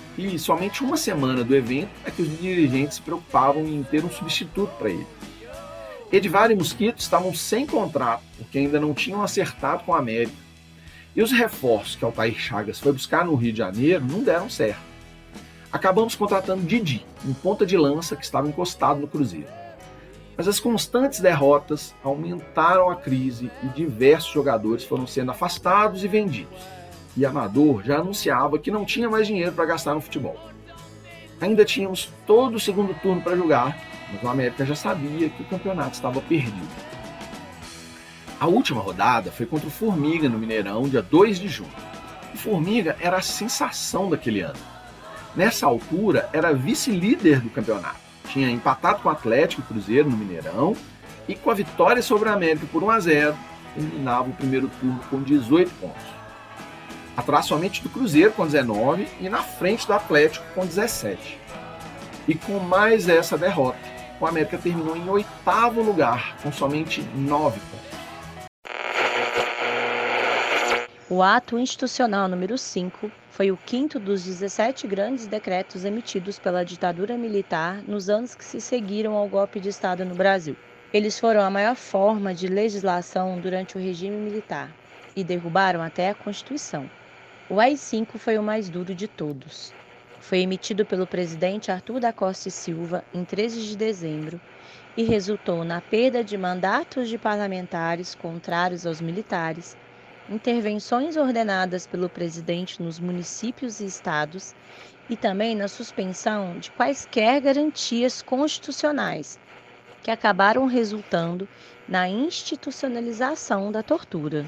e somente uma semana do evento é que os dirigentes se preocupavam em ter um substituto para ele. Edivar e Mosquito estavam sem contrato, porque ainda não tinham acertado com a América. E os reforços que Altair Chagas foi buscar no Rio de Janeiro não deram certo. Acabamos contratando Didi, um ponta de lança que estava encostado no Cruzeiro. Mas as constantes derrotas aumentaram a crise e diversos jogadores foram sendo afastados e vendidos. E Amador já anunciava que não tinha mais dinheiro para gastar no futebol. Ainda tínhamos todo o segundo turno para jogar, mas o América já sabia que o campeonato estava perdido. A última rodada foi contra o Formiga no Mineirão, dia dois de junho. O Formiga era a sensação daquele ano. Nessa altura, era vice-líder do campeonato. Tinha empatado com o Atlético e Cruzeiro no Mineirão e com a vitória sobre a América por um a zero, terminava o primeiro turno com dezoito pontos. Atrás somente do Cruzeiro com dezenove e na frente do Atlético com dezessete. E com mais essa derrota, o América terminou em oitavo lugar com somente nove pontos. O ato institucional número cinco foi o quinto dos dezessete grandes decretos emitidos pela ditadura militar nos anos que se seguiram ao golpe de Estado no Brasil. Eles foram a maior forma de legislação durante o regime militar e derrubaram até a Constituição. O A I cinco foi o mais duro de todos. Foi emitido pelo presidente Arthur da Costa e Silva em treze de dezembro e resultou na perda de mandatos de parlamentares contrários aos militares, intervenções ordenadas pelo presidente nos municípios e estados e também na suspensão de quaisquer garantias constitucionais, que acabaram resultando na institucionalização da tortura.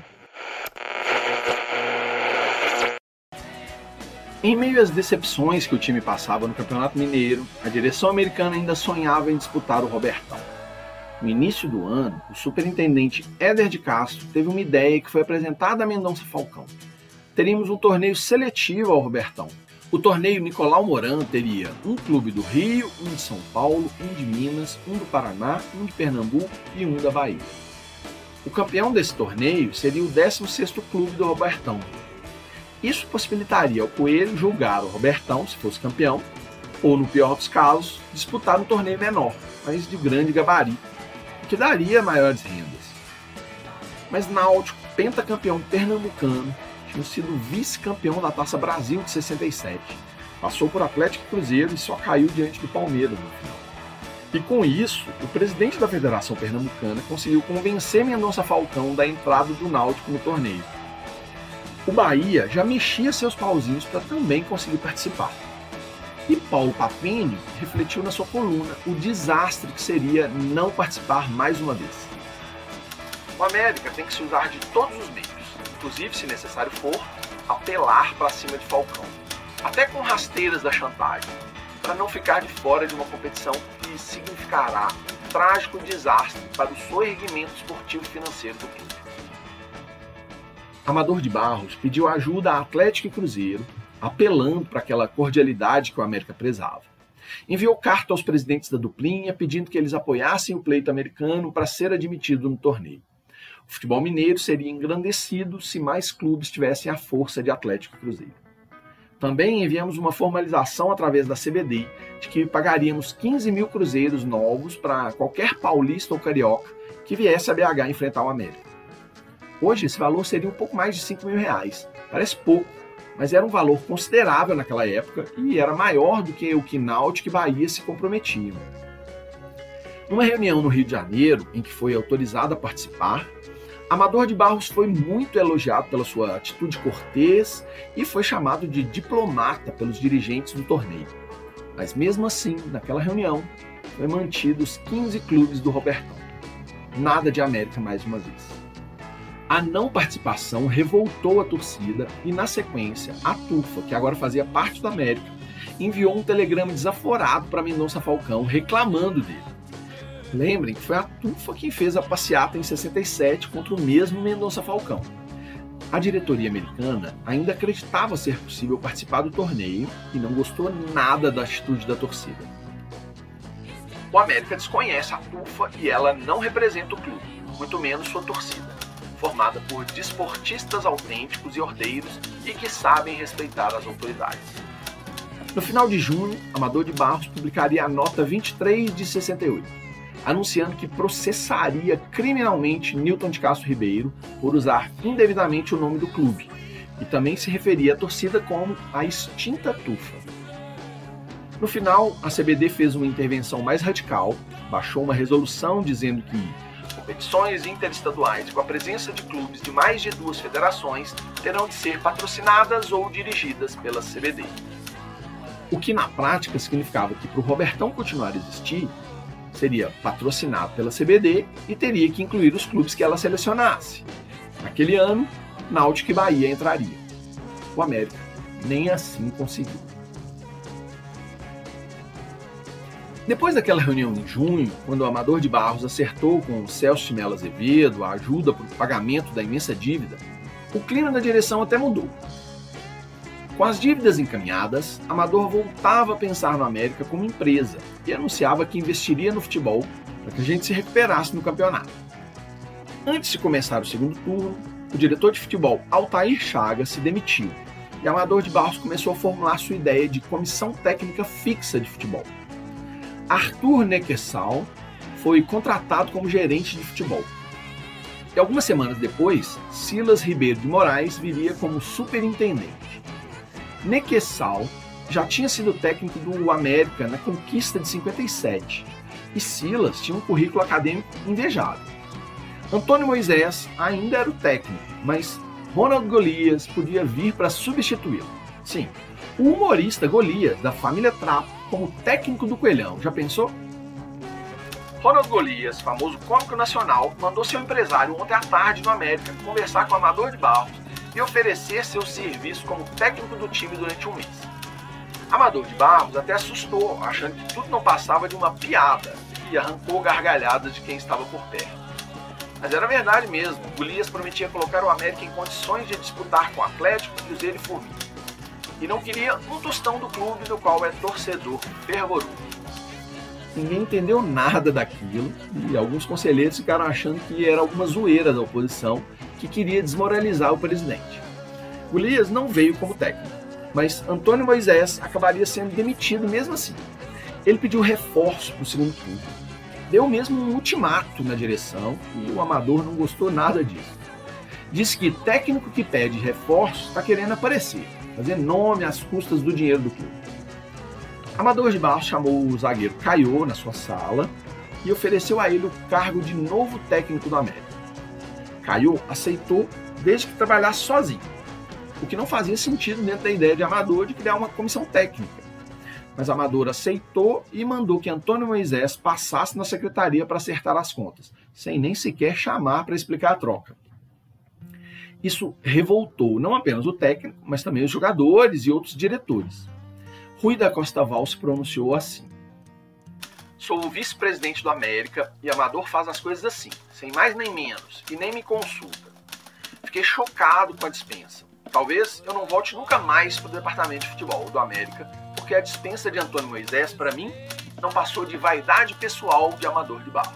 Em meio às decepções que o time passava no Campeonato Mineiro, a direção americana ainda sonhava em disputar o Robertão. No início do ano, o superintendente Éder de Castro teve uma ideia que foi apresentada a Mendonça Falcão. Teríamos um torneio seletivo ao Robertão. O torneio Nicolau Moran teria um clube do Rio, um de São Paulo, um de Minas, um do Paraná, um de Pernambuco e um da Bahia. O campeão desse torneio seria o décimo sexto clube do Robertão. Isso possibilitaria ao Coelho julgar o Robertão, se fosse campeão, ou, no pior dos casos, disputar um torneio menor, mas de grande gabarito, que daria maiores rendas. Mas Náutico, pentacampeão pernambucano, tinha sido vice-campeão da Taça Brasil de sessenta e sete. Passou por Atlético e Cruzeiro e só caiu diante do Palmeiras no final. E com isso, o presidente da Federação Pernambucana conseguiu convencer Mendonça Falcão da entrada do Náutico no torneio. O Bahia já mexia seus pauzinhos para também conseguir participar. E Paulo Papini refletiu na sua coluna o desastre que seria não participar mais uma vez. O América tem que se usar de todos os meios, inclusive, se necessário for, apelar para cima de Falcão, até com rasteiras da chantagem, para não ficar de fora de uma competição que significará um trágico desastre para o soerguimento esportivo e financeiro do clube. Amador de Barros pediu ajuda a Atlético e Cruzeiro, apelando para aquela cordialidade que o América prezava. Enviou carta aos presidentes da duplinha pedindo que eles apoiassem o pleito americano para ser admitido no torneio. O futebol mineiro seria engrandecido se mais clubes tivessem a força de Atlético e Cruzeiro. Também enviamos uma formalização através da C B D de que pagaríamos quinze mil cruzeiros novos para qualquer paulista ou carioca que viesse a B H enfrentar o América. Hoje esse valor seria um pouco mais de cinco mil reais. Parece pouco, mas era um valor considerável naquela época e era maior do que o que Náutico e Bahia se comprometiam. Numa reunião no Rio de Janeiro, em que foi autorizado a participar, Amador de Barros foi muito elogiado pela sua atitude cortês e foi chamado de diplomata pelos dirigentes do torneio. Mas mesmo assim, naquela reunião, foi mantido os quinze clubes do Robertão. Nada de América mais uma vez. A não participação revoltou a torcida e, na sequência, a Tufa, que agora fazia parte do América, enviou um telegrama desaforado para Mendonça Falcão reclamando dele. Lembrem que foi a Tufa quem fez a passeata em sessenta e sete contra o mesmo Mendonça Falcão. A diretoria americana ainda acreditava ser possível participar do torneio e não gostou nada da atitude da torcida. O América desconhece a Tufa e ela não representa o clube, muito menos sua torcida, formada por desportistas autênticos e ordeiros e que sabem respeitar as autoridades. No final de junho, Amador de Barros publicaria a nota vinte e três de sessenta e oito, anunciando que processaria criminalmente Newton de Castro Ribeiro por usar indevidamente o nome do clube, e também se referia à torcida como a extinta Tufa. No final, a C B D fez uma intervenção mais radical, baixou uma resolução dizendo que competições interestaduais com a presença de clubes de mais de duas federações terão de ser patrocinadas ou dirigidas pela C B D. O que na prática significava que para o Robertão continuar a existir, seria patrocinado pela C B D e teria que incluir os clubes que ela selecionasse. Naquele ano, Náutico e Bahia entraria. O América nem assim conseguiu. Depois daquela reunião em junho, quando o Amador de Barros acertou com o Celso de Mello Azevedo a ajuda para o pagamento da imensa dívida, o clima da direção até mudou. Com as dívidas encaminhadas, Amador voltava a pensar no América como empresa e anunciava que investiria no futebol para que a gente se recuperasse no campeonato. Antes de começar o segundo turno, o diretor de futebol Altair Chagas se demitiu e Amador de Barros começou a formular sua ideia de comissão técnica fixa de futebol. Arthur Nequessal foi contratado como gerente de futebol. E algumas semanas depois, Silas Ribeiro de Moraes viria como superintendente. Nequessal já tinha sido técnico do América na conquista de cinquenta e sete, e Silas tinha um currículo acadêmico invejável. Antônio Moisés ainda era o técnico, mas Ronald Golias podia vir para substituí-lo. Sim, o humorista Golias, da família Trapo, como técnico do Coelhão, já pensou? Ronald Golias, famoso cômico nacional, mandou seu empresário ontem à tarde no América conversar com o Amador de Barros e oferecer seu serviço como técnico do time durante um mês. Amador de Barros até assustou, achando que tudo não passava de uma piada, e arrancou gargalhadas de quem estava por perto. Mas era verdade mesmo, Golias prometia colocar o América em condições de disputar com o Atlético, Cruzeiro e Formiga. E não queria um tostão do clube do qual é torcedor fervoroso. Ninguém entendeu nada daquilo e alguns conselheiros ficaram achando que era alguma zoeira da oposição que queria desmoralizar o presidente. Golias não veio como técnico, mas Antônio Moisés acabaria sendo demitido mesmo assim. Ele pediu reforço para o segundo turno, deu mesmo um ultimato na direção e o Amador não gostou nada disso. Disse que técnico que pede reforço está querendo aparecer, fazer nome às custas do dinheiro do clube. Amador de Barros chamou o zagueiro Caiô na sua sala e ofereceu a ele o cargo de novo técnico do América. Caiô aceitou desde que trabalhasse sozinho, o que não fazia sentido dentro da ideia de Amador de criar uma comissão técnica. Mas Amador aceitou e mandou que Antônio Moisés passasse na secretaria para acertar as contas, sem nem sequer chamar para explicar a troca. Isso revoltou não apenas o técnico, mas também os jogadores e outros diretores. Rui da Costa Val se pronunciou assim: sou o vice-presidente do América e Amador faz as coisas assim, sem mais nem menos, e nem me consulta. Fiquei chocado com a dispensa. Talvez eu não volte nunca mais para o departamento de futebol do América, porque a dispensa de Antônio Moisés, para mim, não passou de vaidade pessoal de Amador de Barros.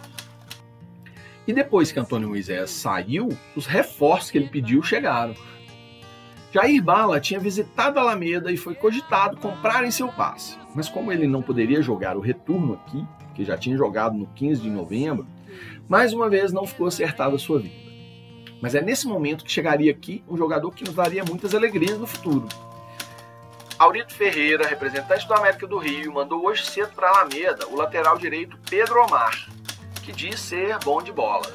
E depois que Antônio Moisés saiu, os reforços que ele pediu chegaram. Jair Bala tinha visitado a Alameda e foi cogitado comprar em seu passe, mas como ele não poderia jogar o retorno aqui, que já tinha jogado no quinze de novembro, mais uma vez não ficou acertada a sua vinda. Mas é nesse momento que chegaria aqui um jogador que nos daria muitas alegrias no futuro. Aurito Ferreira, representante do América do Rio, mandou hoje cedo para a Alameda o lateral direito Pedro Omar, que diz ser bom de bola.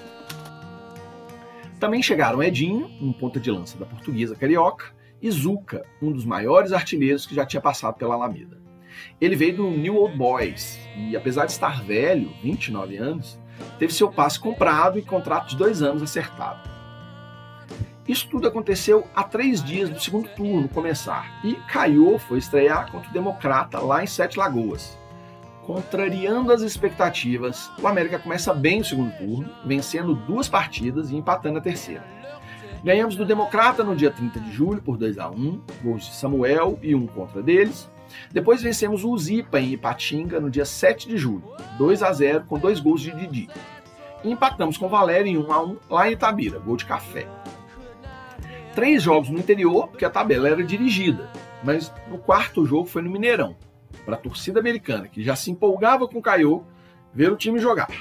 Também chegaram Edinho, um ponta de lança da Portuguesa Carioca, e Zuca, um dos maiores artilheiros que já tinha passado pela Alameda. Ele veio do New Old Boys e, apesar de estar velho, vinte e nove anos, teve seu passe comprado e contrato de dois anos acertado. Isso tudo aconteceu há três dias do segundo turno começar e Caiô foi estrear contra o Democrata lá em Sete Lagoas. Contrariando as expectativas, o América começa bem o segundo turno, vencendo duas partidas e empatando a terceira. Ganhamos do Democrata no dia trinta de julho por dois a um, gols de Samuel e um contra deles. Depois vencemos o Zipa em Ipatinga no dia sete de julho, dois a zero com dois gols de Didi. E empatamos com o Valério em um a um lá em Itabira, gol de Café. Três jogos no interior, porque a tabela era dirigida. mas no quarto jogo foi no Mineirão, para a torcida americana, que já se empolgava com o Caiô, ver o time jogar.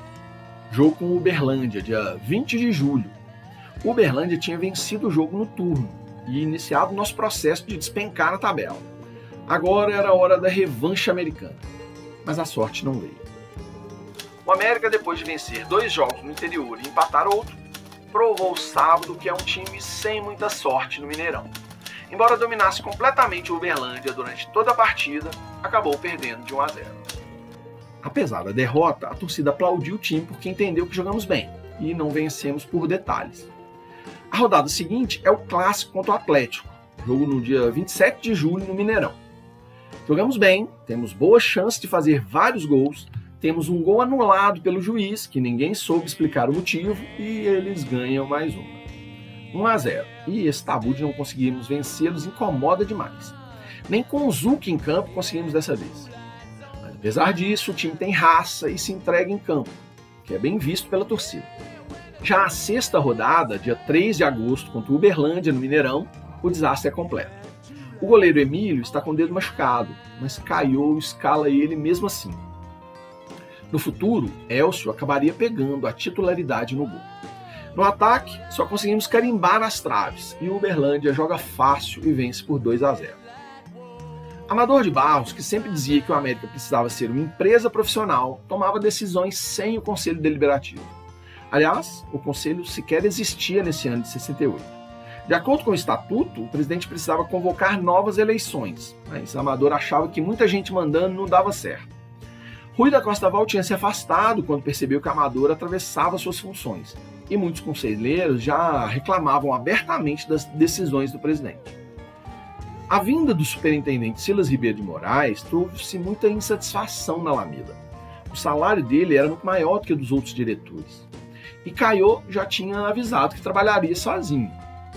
Jogo com o Uberlândia, dia vinte de julho. O Uberlândia tinha vencido o jogo no turno e iniciado o nosso processo de despencar na tabela. Agora era a hora da revanche americana, mas a sorte não veio. O América, depois de vencer dois jogos no interior e empatar outro, provou sábado que é um time sem muita sorte no Mineirão. Embora dominasse completamente o Uberlândia durante toda a partida, acabou perdendo de um a zero. Apesar da derrota, a torcida aplaudiu o time porque entendeu que jogamos bem e não vencemos por detalhes. A rodada seguinte é o clássico contra o Atlético, jogo no dia vinte e sete de julho no Mineirão. Jogamos bem, temos boa chance de fazer vários gols, temos um gol anulado pelo juiz, que ninguém soube explicar o motivo, e eles ganham mais uma. um a zero. E esse tabu de não conseguirmos vencê-los incomoda demais. Nem com o Zuc em campo conseguimos dessa vez. Mas apesar disso, o time tem raça e se entrega em campo, que é bem visto pela torcida. Já a sexta rodada, dia três de agosto, contra o Uberlândia no Mineirão, o desastre é completo. O goleiro Emílio está com o dedo machucado, mas Caiô escala ele mesmo assim. No futuro, Elcio acabaria pegando a titularidade no gol. No ataque, só conseguimos carimbar nas traves e o Uberlândia joga fácil e vence por dois a zero. Amador de Barros, que sempre dizia que o América precisava ser uma empresa profissional, tomava decisões sem o Conselho Deliberativo. Aliás, o Conselho sequer existia nesse ano de sessenta e oito. De acordo com o Estatuto, o presidente precisava convocar novas eleições, mas Amador achava que muita gente mandando não dava certo. Rui da Costa Val tinha se afastado quando percebeu que Amador atravessava suas funções, e muitos conselheiros já reclamavam abertamente das decisões do presidente. A vinda do superintendente Silas Ribeiro de Moraes trouxe muita insatisfação na Alameda. O salário dele era muito maior do que o dos outros diretores. E Caiô já tinha avisado que trabalharia sozinho.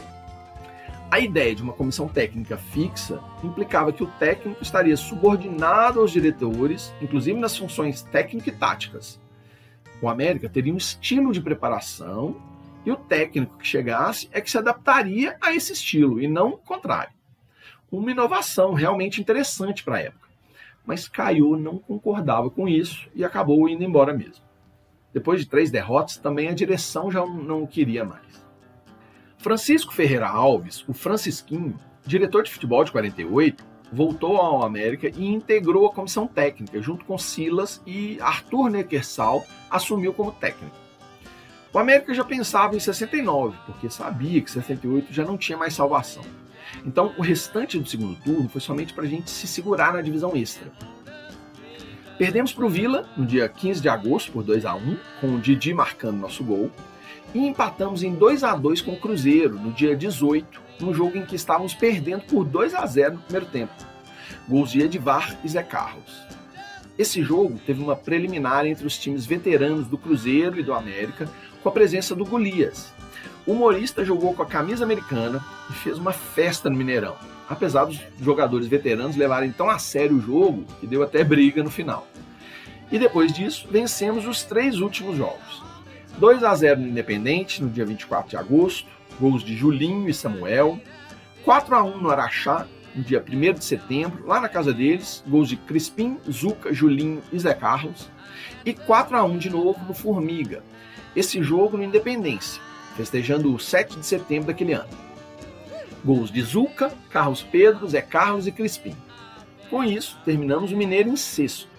A ideia de uma comissão técnica fixa implicava que o técnico estaria subordinado aos diretores, inclusive nas funções técnicas e táticas. O América teria um estilo de preparação e o técnico que chegasse é que se adaptaria a esse estilo e não o contrário. Uma inovação realmente interessante para a época. Mas Caiô não concordava com isso e acabou indo embora mesmo. Depois de três derrotas, também a direção já não o queria mais. Francisco Ferreira Alves, o Francisquinho, diretor de futebol de quarenta e oito, voltou ao América e integrou a comissão técnica, junto com Silas, e Arthur Neckersal assumiu como técnico. O América já pensava em sessenta e nove, porque sabia que sessenta e oito já não tinha mais salvação. Então, o restante do segundo turno foi somente para a gente se segurar na divisão extra. Perdemos para o Vila no dia quinze de agosto por dois a um, com o Didi marcando nosso gol, e empatamos em dois a dois com o Cruzeiro no dia dezoito, num jogo em que estávamos perdendo por dois a zero no primeiro tempo. Gols de Edivar e Zé Carlos. Esse jogo teve uma preliminar entre os times veteranos do Cruzeiro e do América, com a presença do Golias. O humorista jogou com a camisa americana e fez uma festa no Mineirão, apesar dos jogadores veteranos levarem tão a sério o jogo que deu até briga no final. E depois disso, vencemos os três últimos jogos. dois a zero no Independente, no dia vinte e quatro de agosto, gols de Julinho e Samuel. quatro a um no Araxá, no dia primeiro de setembro, lá na casa deles, gols de Crispim, Zuca, Julinho e Zé Carlos. E quatro a um de novo no Formiga, esse jogo no Independência, festejando o sete de setembro daquele ano. Gols de Zuca, Carlos Pedro, Zé Carlos e Crispim. Com isso, terminamos o Mineiro em sexto.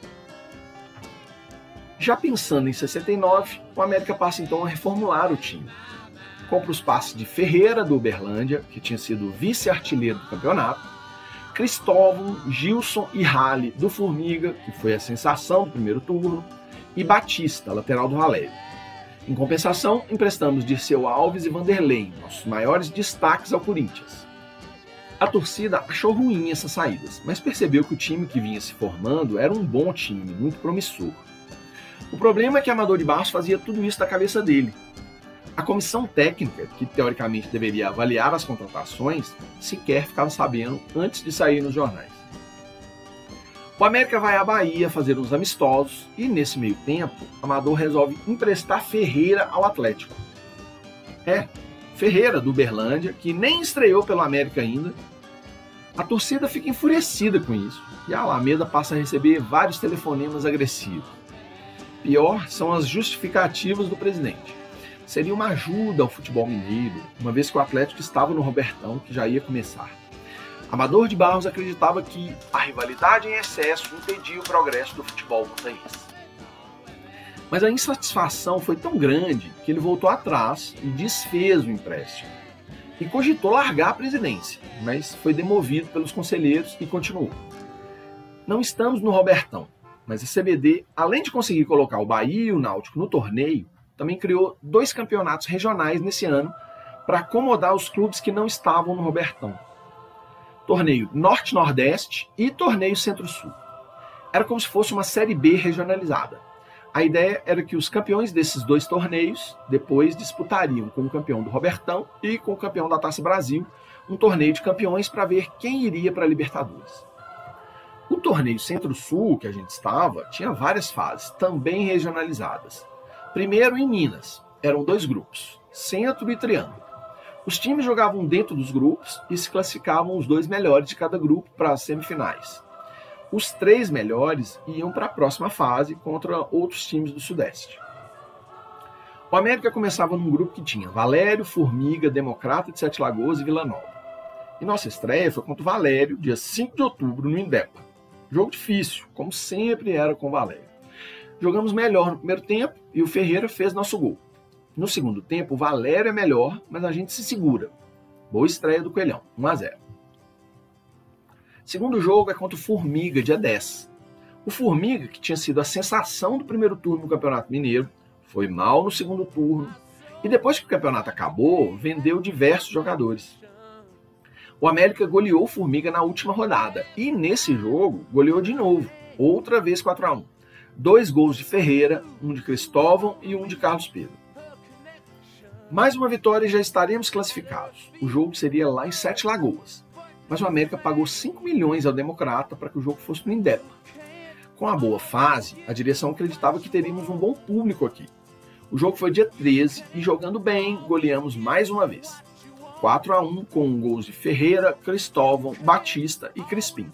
Já pensando em sessenta e nove, o América passa então a reformular o time. Compra os passes de Ferreira, do Uberlândia, que tinha sido vice-artilheiro do campeonato, Cristóvão, Gilson e Hali, do Formiga, que foi a sensação do primeiro turno, e Batista, lateral do Valério. Em compensação, emprestamos Dirceu Alves e Vanderlei, nossos maiores destaques ao Corinthians. A torcida achou ruim essas saídas, mas percebeu que o time que vinha se formando era um bom time, muito promissor. O problema é que Amador de Barros fazia tudo isso da cabeça dele. A comissão técnica, que teoricamente deveria avaliar as contratações, sequer ficava sabendo antes de sair nos jornais. O América vai à Bahia fazer uns amistosos e, nesse meio tempo, Amador resolve emprestar Ferreira ao Atlético. É, Ferreira, do Uberlândia, que nem estreou pelo América ainda. A torcida fica enfurecida com isso e a Alameda passa a receber vários telefonemas agressivos. Pior são as justificativas do presidente. Seria uma ajuda ao futebol mineiro, uma vez que o Atlético estava no Robertão, que já ia começar. Amador de Barros acreditava que a rivalidade em excesso impedia o progresso do futebol montanhense. Mas a insatisfação foi tão grande que ele voltou atrás e desfez o empréstimo. E cogitou largar a presidência, mas foi demovido pelos conselheiros e continuou. Não estamos no Robertão, mas a C B D, além de conseguir colocar o Bahia e o Náutico no torneio, também criou dois campeonatos regionais nesse ano para acomodar os clubes que não estavam no Robertão. Torneio Norte-Nordeste e Torneio Centro-Sul. Era como se fosse uma Série B regionalizada. A ideia era que os campeões desses dois torneios depois disputariam com o campeão do Robertão e com o campeão da Taça Brasil um torneio de campeões para ver quem iria para a Libertadores. O torneio Centro-Sul, que a gente estava, tinha várias fases, também regionalizadas. Primeiro em Minas, eram dois grupos, Centro e Triângulo. Os times jogavam dentro dos grupos e se classificavam os dois melhores de cada grupo para as semifinais. Os três melhores iam para a próxima fase contra outros times do Sudeste. O América começava num grupo que tinha Valério, Formiga, Democrata de Sete Lagoas e Vila Nova. E nossa estreia foi contra o Valério, dia cinco de outubro, no Indepa. Jogo difícil, como sempre era com o Valério. Jogamos melhor no primeiro tempo e o Ferreira fez nosso gol. No segundo tempo, o Valério é melhor, mas a gente se segura. Boa estreia do Coelhão, um a zero. Segundo jogo é contra o Formiga, dia dez. O Formiga, que tinha sido a sensação do primeiro turno no Campeonato Mineiro, foi mal no segundo turno e depois que o campeonato acabou, vendeu diversos jogadores. O América goleou o Formiga na última rodada e nesse jogo goleou de novo, outra vez quatro a um. Dois gols de Ferreira, um de Cristóvão e um de Carlos Pedro. Mais uma vitória e já estaremos classificados. O jogo seria lá em Sete Lagoas. Mas o América pagou cinco milhões ao Democrata para que o jogo fosse no Indepa. Com a boa fase, a direção acreditava que teríamos um bom público aqui. O jogo foi dia treze e jogando bem, goleamos mais uma vez. quatro a um com gols de Ferreira, Cristóvão, Batista e Crispim.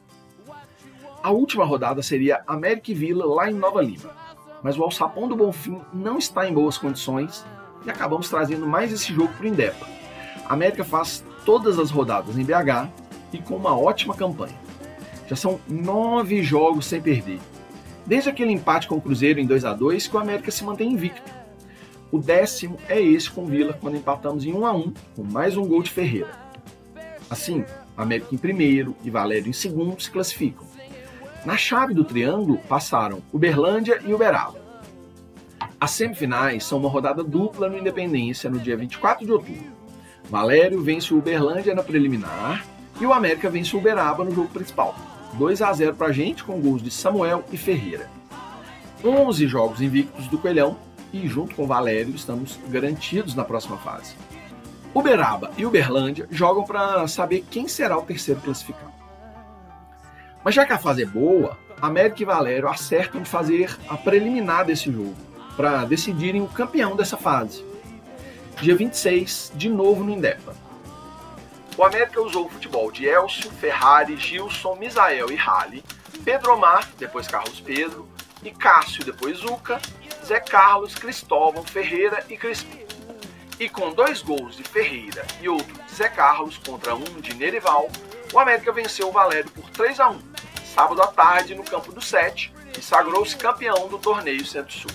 A última rodada seria América e Vila lá em Nova Lima. Mas o Alçapão do Bonfim não está em boas condições e acabamos trazendo mais esse jogo para o Indepa. A América faz todas as rodadas em B H e com uma ótima campanha. Já são nove jogos sem perder. Desde aquele empate com o Cruzeiro em dois a dois que o América se mantém invicto. O décimo é esse com o Vila, quando empatamos em um a um, com mais um gol de Ferreira. Assim, América em primeiro e Valério em segundo se classificam. Na chave do triângulo passaram Uberlândia e Uberaba. As semifinais são uma rodada dupla no Independência no dia vinte e quatro de outubro. Valério vence o Uberlândia na preliminar e o América vence o Uberaba no jogo principal. dois a zero pra gente com gols de Samuel e Ferreira. onze jogos invictos do Coelhão e junto com o Valério estamos garantidos na próxima fase. Uberaba e Uberlândia jogam para saber quem será o terceiro classificado. Mas já que a fase é boa, América e Valério acertam de fazer a preliminar desse jogo, para decidirem o campeão dessa fase. Dia vinte e seis, de novo no Indepa. O América usou o futebol de Elcio, Ferrari, Gilson, Misael e Rale, Pedro Omar, depois Carlos Pedro, e Cássio, depois Zuca, Zé Carlos, Cristóvão, Ferreira e Crispim. E com dois gols de Ferreira e outro de Zé Carlos contra um de Nerival, o América venceu o Valério por três a um, sábado à tarde no Campo do Sete, e sagrou-se campeão do torneio Centro-Sul.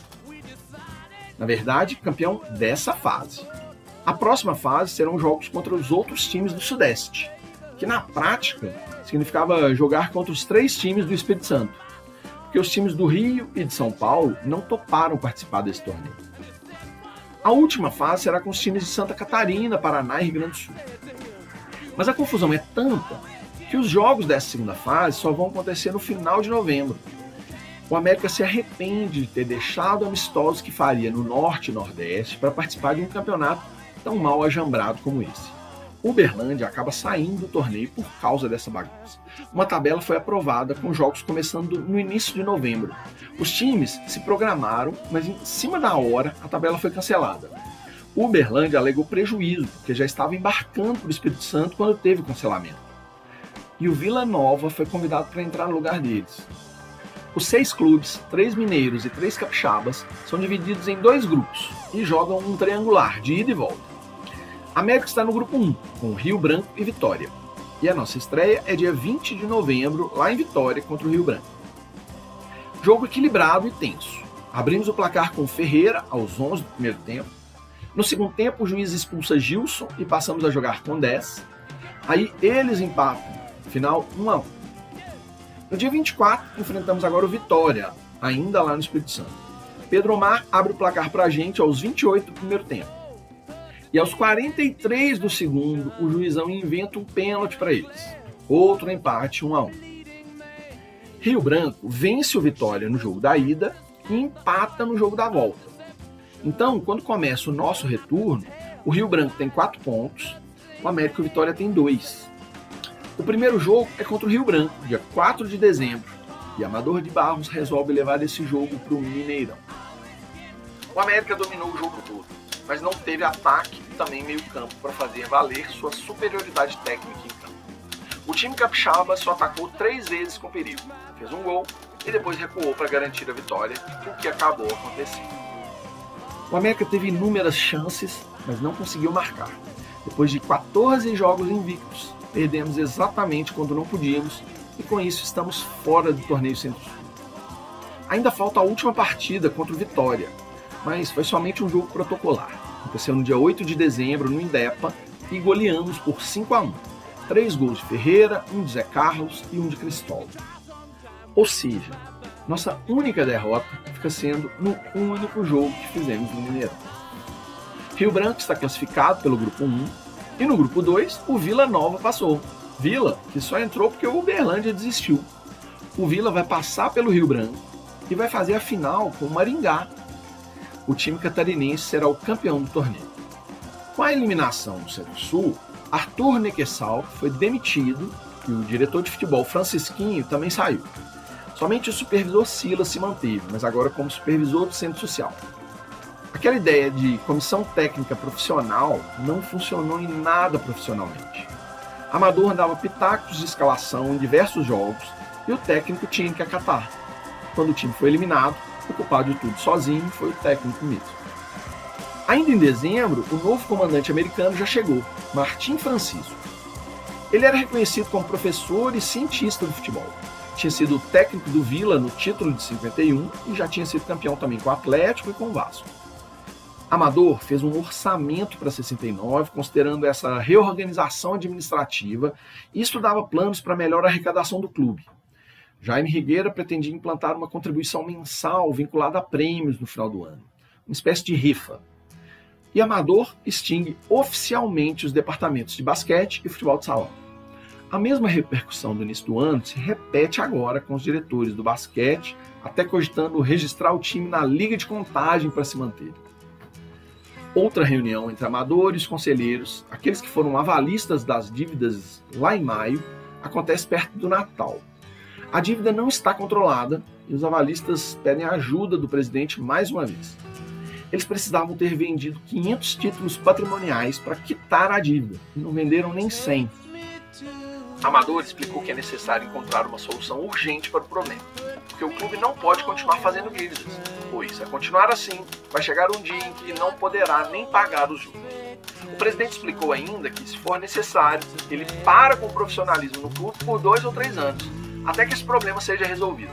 Na verdade, campeão dessa fase. A próxima fase serão jogos contra os outros times do Sudeste, que na prática significava jogar contra os três times do Espírito Santo, porque os times do Rio e de São Paulo não toparam participar desse torneio. A última fase será com os times de Santa Catarina, Paraná e Rio Grande do Sul. Mas a confusão é tanta que os jogos dessa segunda fase só vão acontecer no final de novembro. O América se arrepende de ter deixado amistosos que faria no Norte e Nordeste para participar de um campeonato tão mal ajambrado como esse. Uberlândia acaba saindo do torneio por causa dessa bagunça. Uma tabela foi aprovada com jogos começando no início de novembro. Os times se programaram, mas em cima da hora a tabela foi cancelada. O Uberlândia alegou prejuízo, porque já estava embarcando para o Espírito Santo quando teve o cancelamento. e o Vila Nova foi convidado para entrar no lugar deles. Os seis clubes, três mineiros e três capixabas, são divididos em dois grupos e jogam um triangular de ida e volta. A América está no grupo um, com Rio Branco e Vitória. E a nossa estreia é dia vinte de novembro, lá em Vitória, contra o Rio Branco. Jogo equilibrado e tenso. Abrimos o placar com Ferreira aos onze do primeiro tempo. No segundo tempo, o juiz expulsa Gilson e passamos a jogar com dez. Aí eles empatam. Final um a um. No dia vinte e quatro, enfrentamos agora o Vitória, ainda lá no Espírito Santo. Pedro Omar abre o placar pra gente aos vinte e oito do primeiro tempo. E aos quarenta e três do segundo, o juizão inventa um pênalti para eles. Outro empate, um a um. Rio Branco vence o Vitória no jogo da ida e empata no jogo da volta. Então, quando começa o nosso retorno, o Rio Branco tem quatro pontos, o América e o Vitória tem dois. O primeiro jogo é contra o Rio Branco, dia quatro de dezembro, e Amador de Barros resolve levar esse jogo para o Mineirão. O América dominou o jogo todo, mas não teve ataque e também meio campo para fazer valer sua superioridade técnica em campo. O time capixaba só atacou três vezes com perigo, fez um gol e depois recuou para garantir a vitória, o que acabou acontecendo. O América teve inúmeras chances, mas não conseguiu marcar. Depois de quatorze jogos invictos, perdemos exatamente quando não podíamos e com isso estamos fora do torneio Centro-Sul. Ainda falta a última partida contra o Vitória, mas foi somente um jogo protocolar. Aconteceu no dia oito de dezembro no Indepa e goleamos por cinco a um. Três gols de Ferreira, um de Zé Carlos e um de Cristóvão. Ou seja, nossa única derrota fica sendo no único jogo que fizemos no Mineirão. Rio Branco está classificado pelo grupo um e no grupo dois o Vila Nova passou. Vila que só entrou porque o Uberlândia desistiu. O Vila vai passar pelo Rio Branco e vai fazer a final com o Maringá. O time catarinense será o campeão do torneio. Com a eliminação do Centro-Sul, Arthur Nequessal foi demitido e o diretor de futebol Francisquinho também saiu. Somente o supervisor Silas se manteve, mas agora como supervisor do Centro Social. Aquela ideia de comissão técnica profissional não funcionou em nada profissionalmente. Amador dava pitacos de escalação em diversos jogos e o técnico tinha que acatar. Quando o time foi eliminado, o culpado de tudo sozinho foi o técnico mesmo. Ainda em dezembro, o novo comandante americano já chegou, Martim Francisco. Ele era reconhecido como professor e cientista do futebol. Tinha sido técnico do Vila no título de cinquenta e um e já tinha sido campeão também com o Atlético e com o Vasco. Amador fez um orçamento para sessenta e nove, considerando essa reorganização administrativa e estudava planos para melhor arrecadação do clube. Jaime Rigueira pretendia implantar uma contribuição mensal vinculada a prêmios no final do ano, uma espécie de rifa. E Amador extingue oficialmente os departamentos de basquete e futebol de salão. A mesma repercussão do início do ano se repete agora com os diretores do basquete, até cogitando registrar o time na Liga de Contagem para se manter. Outra reunião entre amadores e conselheiros, aqueles que foram avalistas das dívidas lá em maio, acontece perto do Natal. A dívida não está controlada e os avalistas pedem a ajuda do presidente mais uma vez. Eles precisavam ter vendido quinhentos títulos patrimoniais para quitar a dívida e não venderam nem cem. Amador explicou que é necessário encontrar uma solução urgente para o problema, porque o clube não pode continuar fazendo dívidas, pois, a continuar assim, vai chegar um dia em que não poderá nem pagar os juros. O presidente explicou ainda que, se for necessário, ele para com o profissionalismo no clube por dois ou três anos, até que esse problema seja resolvido.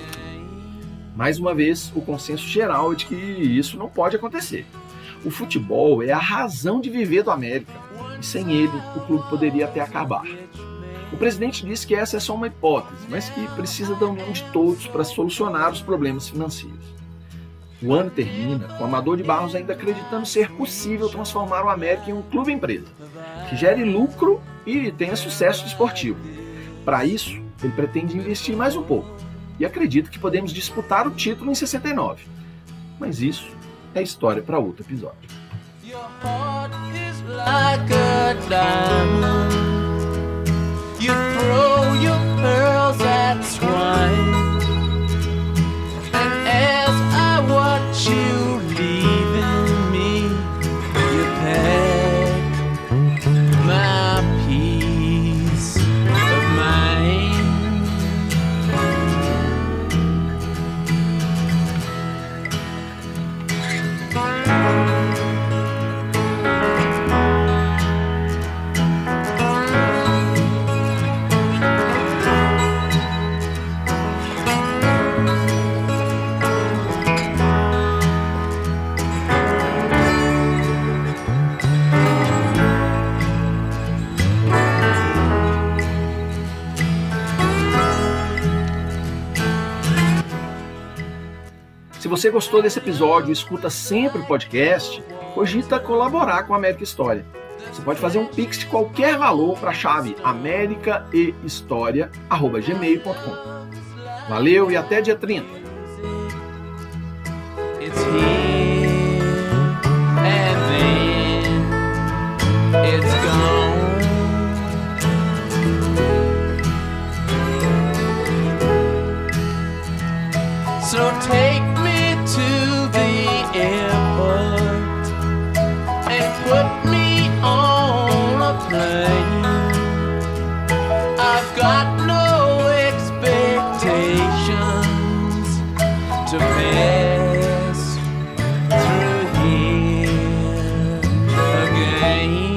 Mais uma vez, o consenso geral é de que isso não pode acontecer. O futebol é a razão de viver do América, e sem ele, o clube poderia até acabar. O presidente disse que essa é só uma hipótese, mas que precisa da união de todos para solucionar os problemas financeiros. O ano termina com o Amador de Barros ainda acreditando ser possível transformar o América em um clube-empresa, que gere lucro e tenha sucesso esportivo. Para isso, ele pretende investir mais um pouco e acredita que podemos disputar o título em sessenta e nove. Mas isso é história para outro episódio. You throw your pearls at swine, and as I watch you leaving me, you pack my piece of mind. você gostou desse episódio e escuta sempre o podcast, cogita colaborar com a América História. Você pode fazer um pix de qualquer valor para a chave americaehistoria arroba gmail ponto com. Valeu e até dia trinta! It's here and then it's gone. So take me to the airport and put me on a plane. I've got no expectations to pass through here again.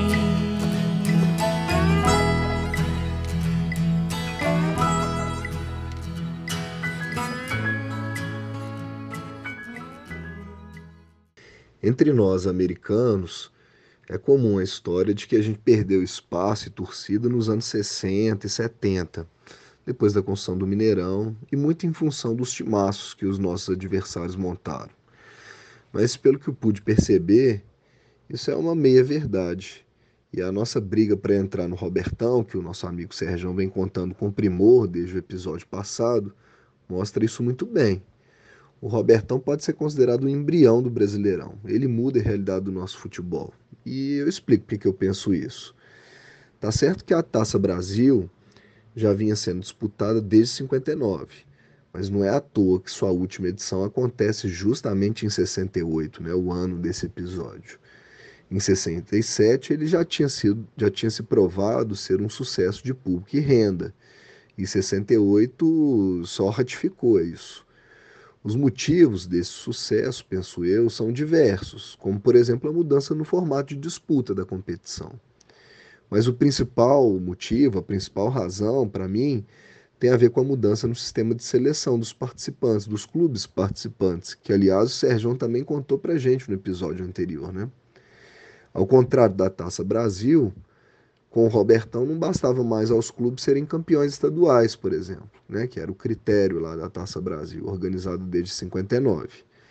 Entre nós, americanos, é comum a história de que a gente perdeu espaço e torcida nos anos sessenta e setenta, depois da construção do Mineirão, e muito em função dos timaços que os nossos adversários montaram. Mas, pelo que eu pude perceber, isso é uma meia-verdade. E a nossa briga para entrar no Robertão, que o nosso amigo Serjão vem contando com primor desde o episódio passado, mostra isso muito bem. O Robertão pode ser considerado o embrião do Brasileirão. Ele muda a realidade do nosso futebol. E eu explico por que eu penso isso. Tá certo que a Taça Brasil já vinha sendo disputada desde cinquenta e nove, mas não é à toa que sua última edição acontece justamente em sessenta e oito, né, o ano desse episódio. Em sessenta e sete ele já tinha, sido, já tinha se provado ser um sucesso de público e renda. E sessenta e oito só ratificou isso. Os motivos desse sucesso, penso eu, são diversos, como, por exemplo, a mudança no formato de disputa da competição. Mas o principal motivo, a principal razão, para mim, tem a ver com a mudança no sistema de seleção dos participantes, dos clubes participantes, que, aliás, o Serjão também contou para a gente no episódio anterior, né? Ao contrário da Taça Brasil, com o Robertão não bastava mais aos clubes serem campeões estaduais, por exemplo, né, que era o critério lá da Taça Brasil, organizado desde cinquenta e nove.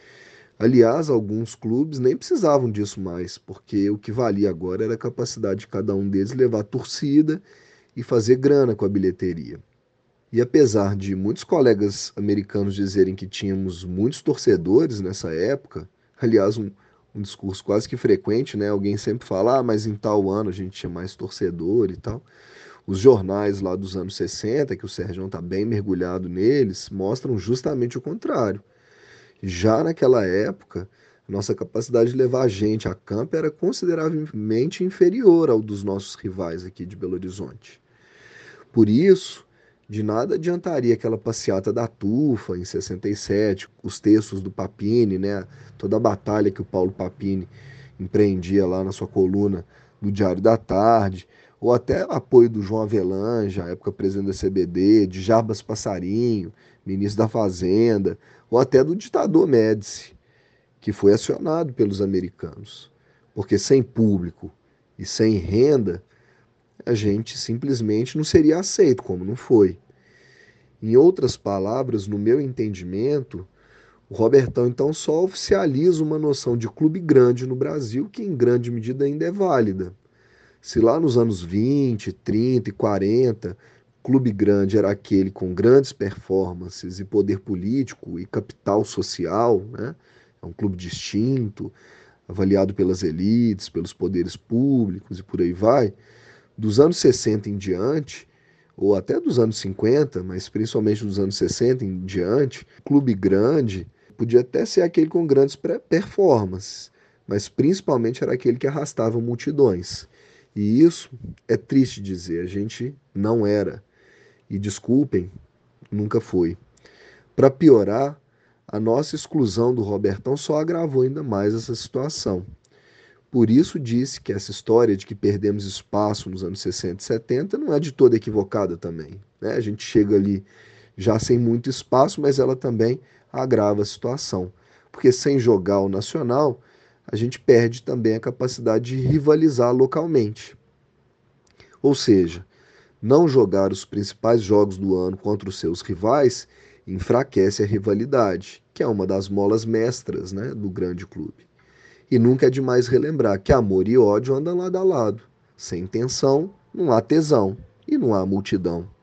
Aliás, alguns clubes nem precisavam disso mais, porque o que valia agora era a capacidade de cada um deles levar torcida e fazer grana com a bilheteria. E apesar de muitos colegas americanos dizerem que tínhamos muitos torcedores nessa época, aliás, um um discurso quase que frequente, né? Alguém sempre fala, ah, mas em tal ano a gente tinha mais torcedor e tal. Os jornais lá dos anos sessenta, que o Serjão está bem mergulhado neles, mostram justamente o contrário. Já naquela época, a nossa capacidade de levar a gente a campo era consideravelmente inferior ao dos nossos rivais aqui de Belo Horizonte. Por isso, de nada adiantaria aquela passeata da Tufa em sessenta e sete, os textos do Papini, né? Toda a batalha que o Paulo Papini empreendia lá na sua coluna do Diário da Tarde, ou até o apoio do João Avelange, à época presidente da C B D, de Jarbas Passarinho, ministro da Fazenda, ou até do ditador Médici, que foi acionado pelos americanos. Porque sem público e sem renda, a gente simplesmente não seria aceito, como não foi. Em outras palavras, no meu entendimento, o Robertão então só oficializa uma noção de clube grande no Brasil que em grande medida ainda é válida. Se lá nos anos vinte, trinta e quarenta, clube grande era aquele com grandes performances e poder político e capital social, né? É um clube distinto, avaliado pelas elites, pelos poderes públicos e por aí vai. Dos anos sessenta em diante, ou até dos anos cinquenta, mas principalmente dos anos sessenta em diante, clube grande podia até ser aquele com grandes performances, mas principalmente era aquele que arrastava multidões. E isso é triste dizer, a gente não era. E desculpem, nunca foi. Para piorar, a nossa exclusão do Robertão só agravou ainda mais essa situação. Por isso disse que essa história de que perdemos espaço nos anos sessenta e setenta não é de toda equivocada também, né? A gente chega ali já sem muito espaço, mas ela também agrava a situação. Porque sem jogar o nacional, a gente perde também a capacidade de rivalizar localmente. Ou seja, não jogar os principais jogos do ano contra os seus rivais enfraquece a rivalidade, que é uma das molas mestras, né, do grande clube. E nunca é demais relembrar que amor e ódio andam lado a lado. Sem tensão, não há tesão e não há multidão.